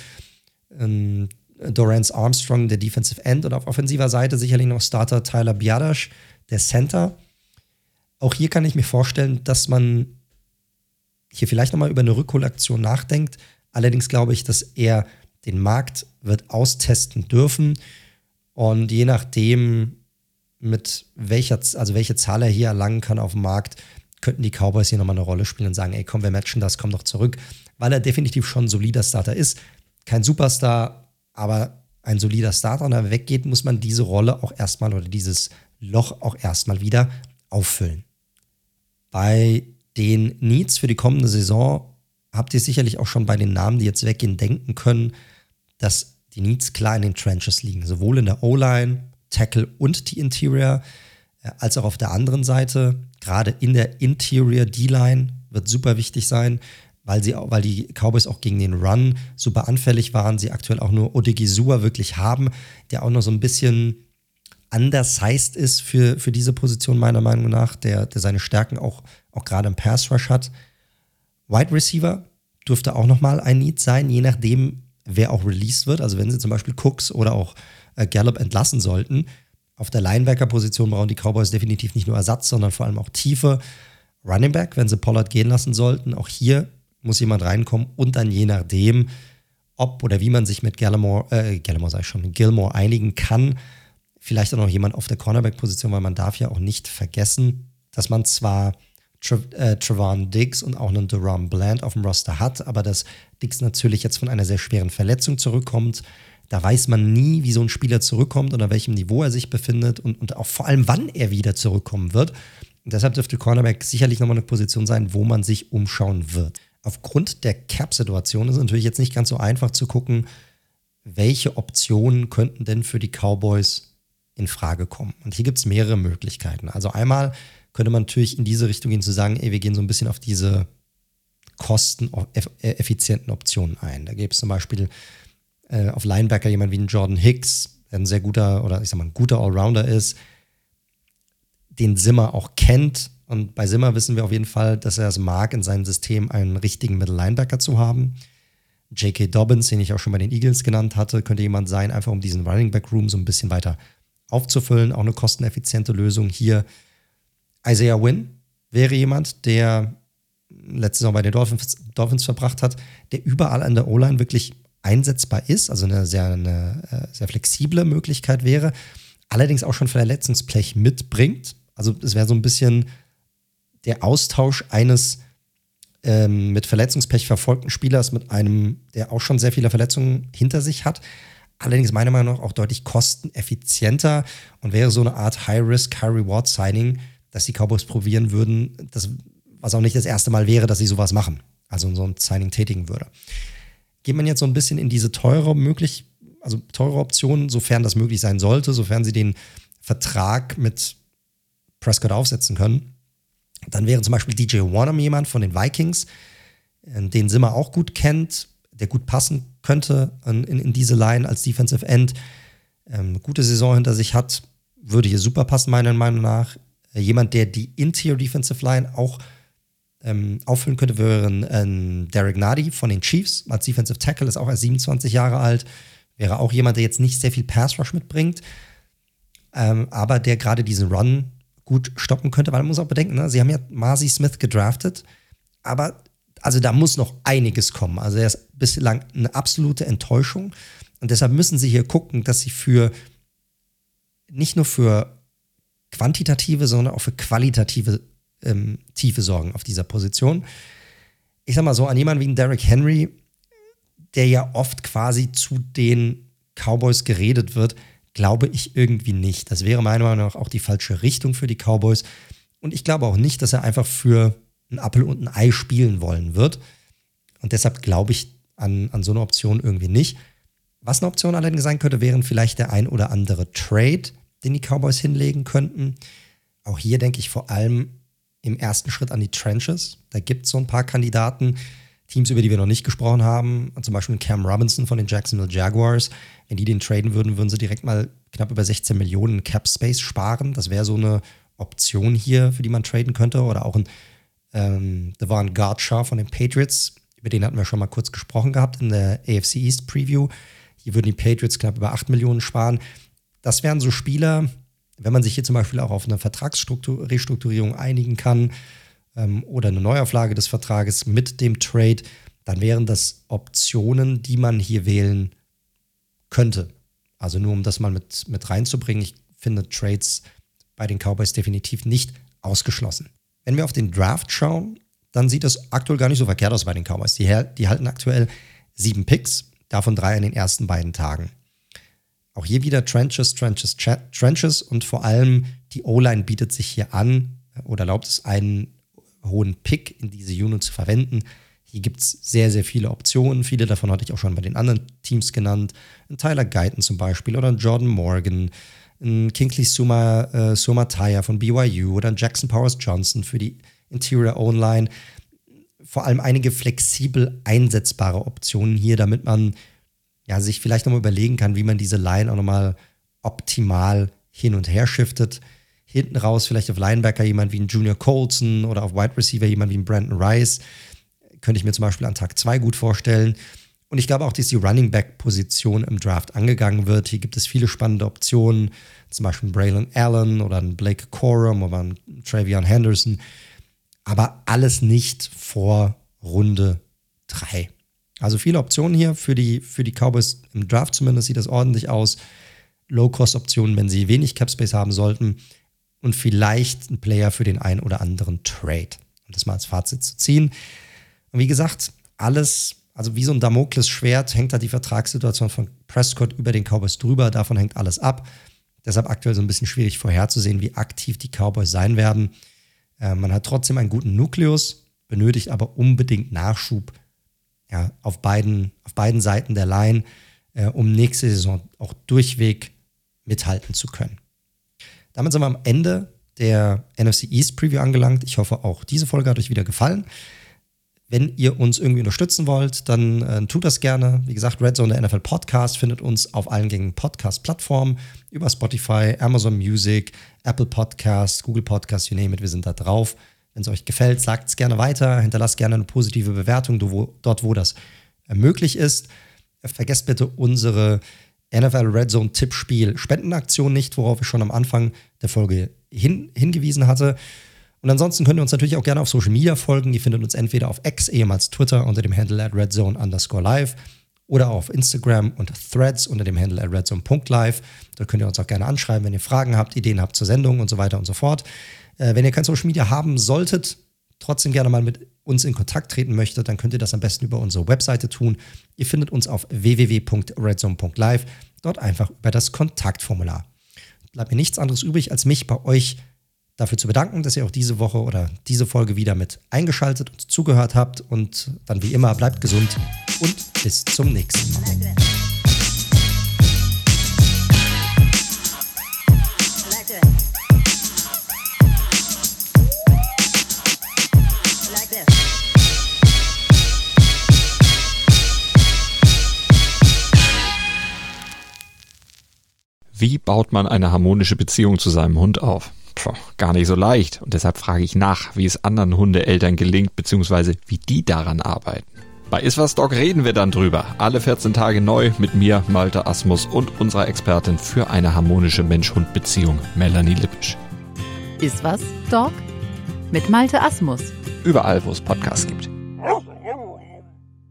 Dorrance Armstrong, der Defensive End, und auf offensiver Seite sicherlich noch Starter Tyler Biadasz, der Center. Auch hier kann ich mir vorstellen, dass man hier vielleicht nochmal über eine Rückholaktion nachdenkt. Allerdings glaube ich, dass er den Markt wird austesten dürfen. Und je nachdem, mit welche Zahl er hier erlangen kann auf dem Markt, könnten die Cowboys hier nochmal eine Rolle spielen und sagen, ey, komm, wir matchen das, komm doch zurück. Weil er definitiv schon ein solider Starter ist. Kein Superstar, aber ein solider Starter. Und wenn er weggeht, muss man diese Rolle auch erstmal oder dieses Loch auch erstmal wieder auffüllen. Bei den Needs für die kommende Saison habt ihr sicherlich auch schon bei den Namen, die jetzt weggehen, denken können, dass die Needs klar in den Trenches liegen. Sowohl in der O-Line, Tackle und die Interior, als auch auf der anderen Seite. Gerade in der Interior D-Line wird super wichtig sein, weil die Cowboys auch gegen den Run super anfällig waren. Sie aktuell auch nur Odigizua wirklich haben, der auch noch so ein bisschen undersized ist für diese Position meiner Meinung nach, der seine Stärken auch gerade im Pass Rush hat. Wide Receiver dürfte auch nochmal ein Need sein, je nachdem, wer auch released wird. Also wenn sie zum Beispiel Cooks oder auch Gallup entlassen sollten. Auf der Linebacker-Position brauchen die Cowboys definitiv nicht nur Ersatz, sondern vor allem auch Tiefe. Running Back, wenn sie Pollard gehen lassen sollten, auch hier muss jemand reinkommen und dann je nachdem, ob oder wie man sich mit Gilmore einigen kann, vielleicht auch noch jemand auf der Cornerback-Position, weil man darf ja auch nicht vergessen, dass man zwar Trevon Diggs und auch einen Deron Bland auf dem Roster hat, aber dass Diggs natürlich jetzt von einer sehr schweren Verletzung zurückkommt. Da weiß man nie, wie so ein Spieler zurückkommt und auf welchem Niveau er sich befindet und auch vor allem, wann er wieder zurückkommen wird. Und deshalb dürfte Cornerback sicherlich nochmal eine Position sein, wo man sich umschauen wird. Aufgrund der Cap-Situation ist es natürlich jetzt nicht ganz so einfach zu gucken, welche Optionen könnten denn für die Cowboys in Frage kommen. Und hier gibt es mehrere Möglichkeiten. Also einmal könnte man natürlich in diese Richtung gehen, zu sagen, ey, wir gehen so ein bisschen auf diese kosteneffizienten Optionen ein. Da gäbe es zum Beispiel auf Linebacker jemand wie einen Jordan Hicks, der ein sehr guter oder ich sag mal ein guter Allrounder ist, den Zimmer auch kennt. Und bei Zimmer wissen wir auf jeden Fall, dass er es mag, in seinem System einen richtigen Middle Linebacker zu haben. J.K. Dobbins, den ich auch schon bei den Eagles genannt hatte, könnte jemand sein, einfach um diesen Running Back Room so ein bisschen weiter aufzufüllen. Auch eine kosteneffiziente Lösung hier. Isaiah Wynn wäre jemand, der letzte Saison bei den Dolphins verbracht hat, der überall an der O-Line wirklich einsetzbar ist, also eine sehr flexible Möglichkeit wäre, allerdings auch schon Verletzungspech mitbringt. Also es wäre so ein bisschen der Austausch eines mit Verletzungspech verfolgten Spielers mit einem, der auch schon sehr viele Verletzungen hinter sich hat, allerdings meiner Meinung nach auch deutlich kosteneffizienter und wäre so eine Art High-Risk, High-Reward-Signing, dass die Cowboys probieren würden, was auch nicht das erste Mal wäre, dass sie sowas machen, also so ein Signing tätigen würde. Geht man jetzt so ein bisschen in diese teure Option, sofern das möglich sein sollte, sofern sie den Vertrag mit Prescott aufsetzen können, dann wäre zum Beispiel DJ Wonnum jemand von den Vikings, den Zimmer auch gut kennt, der gut passen könnte in diese Line als Defensive End, eine gute Saison hinter sich hat, würde hier super passen, meiner Meinung nach. Jemand, der die Interior Defensive Line auch auffüllen könnte, wäre Derek Nady von den Chiefs als Defensive Tackle, ist auch erst 27 Jahre alt, wäre auch jemand, der jetzt nicht sehr viel Pass Rush mitbringt, aber der gerade diesen Run gut stoppen könnte, weil man muss auch bedenken, ne? Sie haben ja Marcy Smith gedraftet, aber also da muss noch einiges kommen. Also er ist bislang eine absolute Enttäuschung und deshalb müssen sie hier gucken, dass sie nicht nur für quantitative, sondern auch für qualitative Tiefe sorgen auf dieser Position. Ich sag mal so, an jemanden wie Derrick Henry, der ja oft quasi zu den Cowboys geredet wird, glaube ich irgendwie nicht. Das wäre meiner Meinung nach auch die falsche Richtung für die Cowboys. Und ich glaube auch nicht, dass er einfach für ein Apfel und ein Ei spielen wollen wird. Und deshalb glaube ich an so eine Option irgendwie nicht. Was eine Option allerdings sein könnte, wären vielleicht der ein oder andere Trade, den die Cowboys hinlegen könnten. Auch hier denke ich vor allem im ersten Schritt an die Trenches. Da gibt es so ein paar Kandidaten, Teams, über die wir noch nicht gesprochen haben, zum Beispiel Cam Robinson von den Jacksonville Jaguars. Wenn die den traden würden, würden sie direkt mal knapp über 16 Millionen Cap Space sparen. Das wäre so eine Option hier, für die man traden könnte. Oder auch ein Devon Gartshaw von den Patriots, über den hatten wir schon mal kurz gesprochen gehabt in der AFC East Preview. Hier würden die Patriots knapp über 8 Millionen sparen. Das wären so Spieler, wenn man sich hier zum Beispiel auch auf eine Vertragsrestrukturierung einigen kann oder eine Neuauflage des Vertrages mit dem Trade, dann wären das Optionen, die man hier wählen könnte. Also nur um das mal mit reinzubringen, ich finde Trades bei den Cowboys definitiv nicht ausgeschlossen. Wenn wir auf den Draft schauen, dann sieht das aktuell gar nicht so verkehrt aus bei den Cowboys. Die halten aktuell 7 Picks, davon 3 in den ersten beiden Tagen. Auch hier wieder Trenches und vor allem die O-Line bietet sich hier an oder erlaubt es, einen hohen Pick in diese Unit zu verwenden. Hier gibt es sehr, sehr viele Optionen. Viele davon hatte ich auch schon bei den anderen Teams genannt. Ein Tyler Guyton zum Beispiel oder ein Jordan Morgan, ein Kingsley Suamataia von BYU oder ein Jackson Powers Johnson für die Interior O-Line. Vor allem einige flexibel einsetzbare Optionen hier, damit man sich vielleicht nochmal überlegen kann, wie man diese Line auch nochmal optimal hin und her shiftet. Hinten raus vielleicht auf Linebacker jemand wie ein Junior Colson oder auf Wide Receiver jemand wie ein Brandon Rice. Könnte ich mir zum Beispiel an Tag 2 gut vorstellen. Und ich glaube auch, dass die Running Back-Position im Draft angegangen wird. Hier gibt es viele spannende Optionen, zum Beispiel Braylon Allen oder ein Blake Corum oder ein Travion Henderson. Aber alles nicht vor Runde 3. Also viele Optionen hier für die Cowboys im Draft zumindest, sieht das ordentlich aus. Low-Cost-Optionen, wenn sie wenig Cap-Space haben sollten. Und vielleicht ein Player für den einen oder anderen Trade, um das mal als Fazit zu ziehen. Und wie gesagt, alles, also wie so ein Damoklesschwert, hängt da die Vertragssituation von Prescott über den Cowboys drüber. Davon hängt alles ab. Deshalb aktuell so ein bisschen schwierig vorherzusehen, wie aktiv die Cowboys sein werden. Man hat trotzdem einen guten Nukleus, benötigt aber unbedingt Nachschub auf beiden Seiten der Line, um nächste Saison auch durchweg mithalten zu können. Damit sind wir am Ende der NFC East Preview angelangt. Ich hoffe, auch diese Folge hat euch wieder gefallen. Wenn ihr uns irgendwie unterstützen wollt, dann tut das gerne. Wie gesagt, Red Zone, der NFL Podcast, findet uns auf allen gängigen Podcast-Plattformen, über Spotify, Amazon Music, Apple Podcasts, Google Podcasts, you name it, wir sind da drauf. Wenn es euch gefällt, sagt es gerne weiter, hinterlasst gerne eine positive Bewertung, dort wo das möglich ist. Vergesst bitte unsere NFL Red Zone Tippspiel Spendenaktion nicht, worauf ich schon am Anfang der Folge hingewiesen hatte. Und ansonsten könnt ihr uns natürlich auch gerne auf Social Media folgen. Ihr findet uns entweder auf X, ehemals Twitter, unter dem Handle @redzone_live oder auf Instagram und Threads unter dem Handle @redzone.live. Da könnt ihr uns auch gerne anschreiben, wenn ihr Fragen habt, Ideen habt zur Sendung und so weiter und so fort. Wenn ihr kein Social Media haben solltet, trotzdem gerne mal mit uns in Kontakt treten möchtet, dann könnt ihr das am besten über unsere Webseite tun. Ihr findet uns auf www.redzone.live, dort einfach über das Kontaktformular. Bleibt mir nichts anderes übrig, als mich bei euch dafür zu bedanken, dass ihr auch diese Woche oder diese Folge wieder mit eingeschaltet und zugehört habt. Und dann wie immer, bleibt gesund und bis zum nächsten Mal. Wie baut man eine harmonische Beziehung zu seinem Hund auf? Gar nicht so leicht. Und deshalb frage ich nach, wie es anderen Hundeeltern gelingt, beziehungsweise wie die daran arbeiten. Bei Iswas Dog reden wir dann drüber. Alle 14 Tage neu mit mir, Malte Asmus, und unserer Expertin für eine harmonische Mensch-Hund-Beziehung, Melanie Lippisch. Iswas Dog mit Malte Asmus. Überall, wo es Podcasts gibt.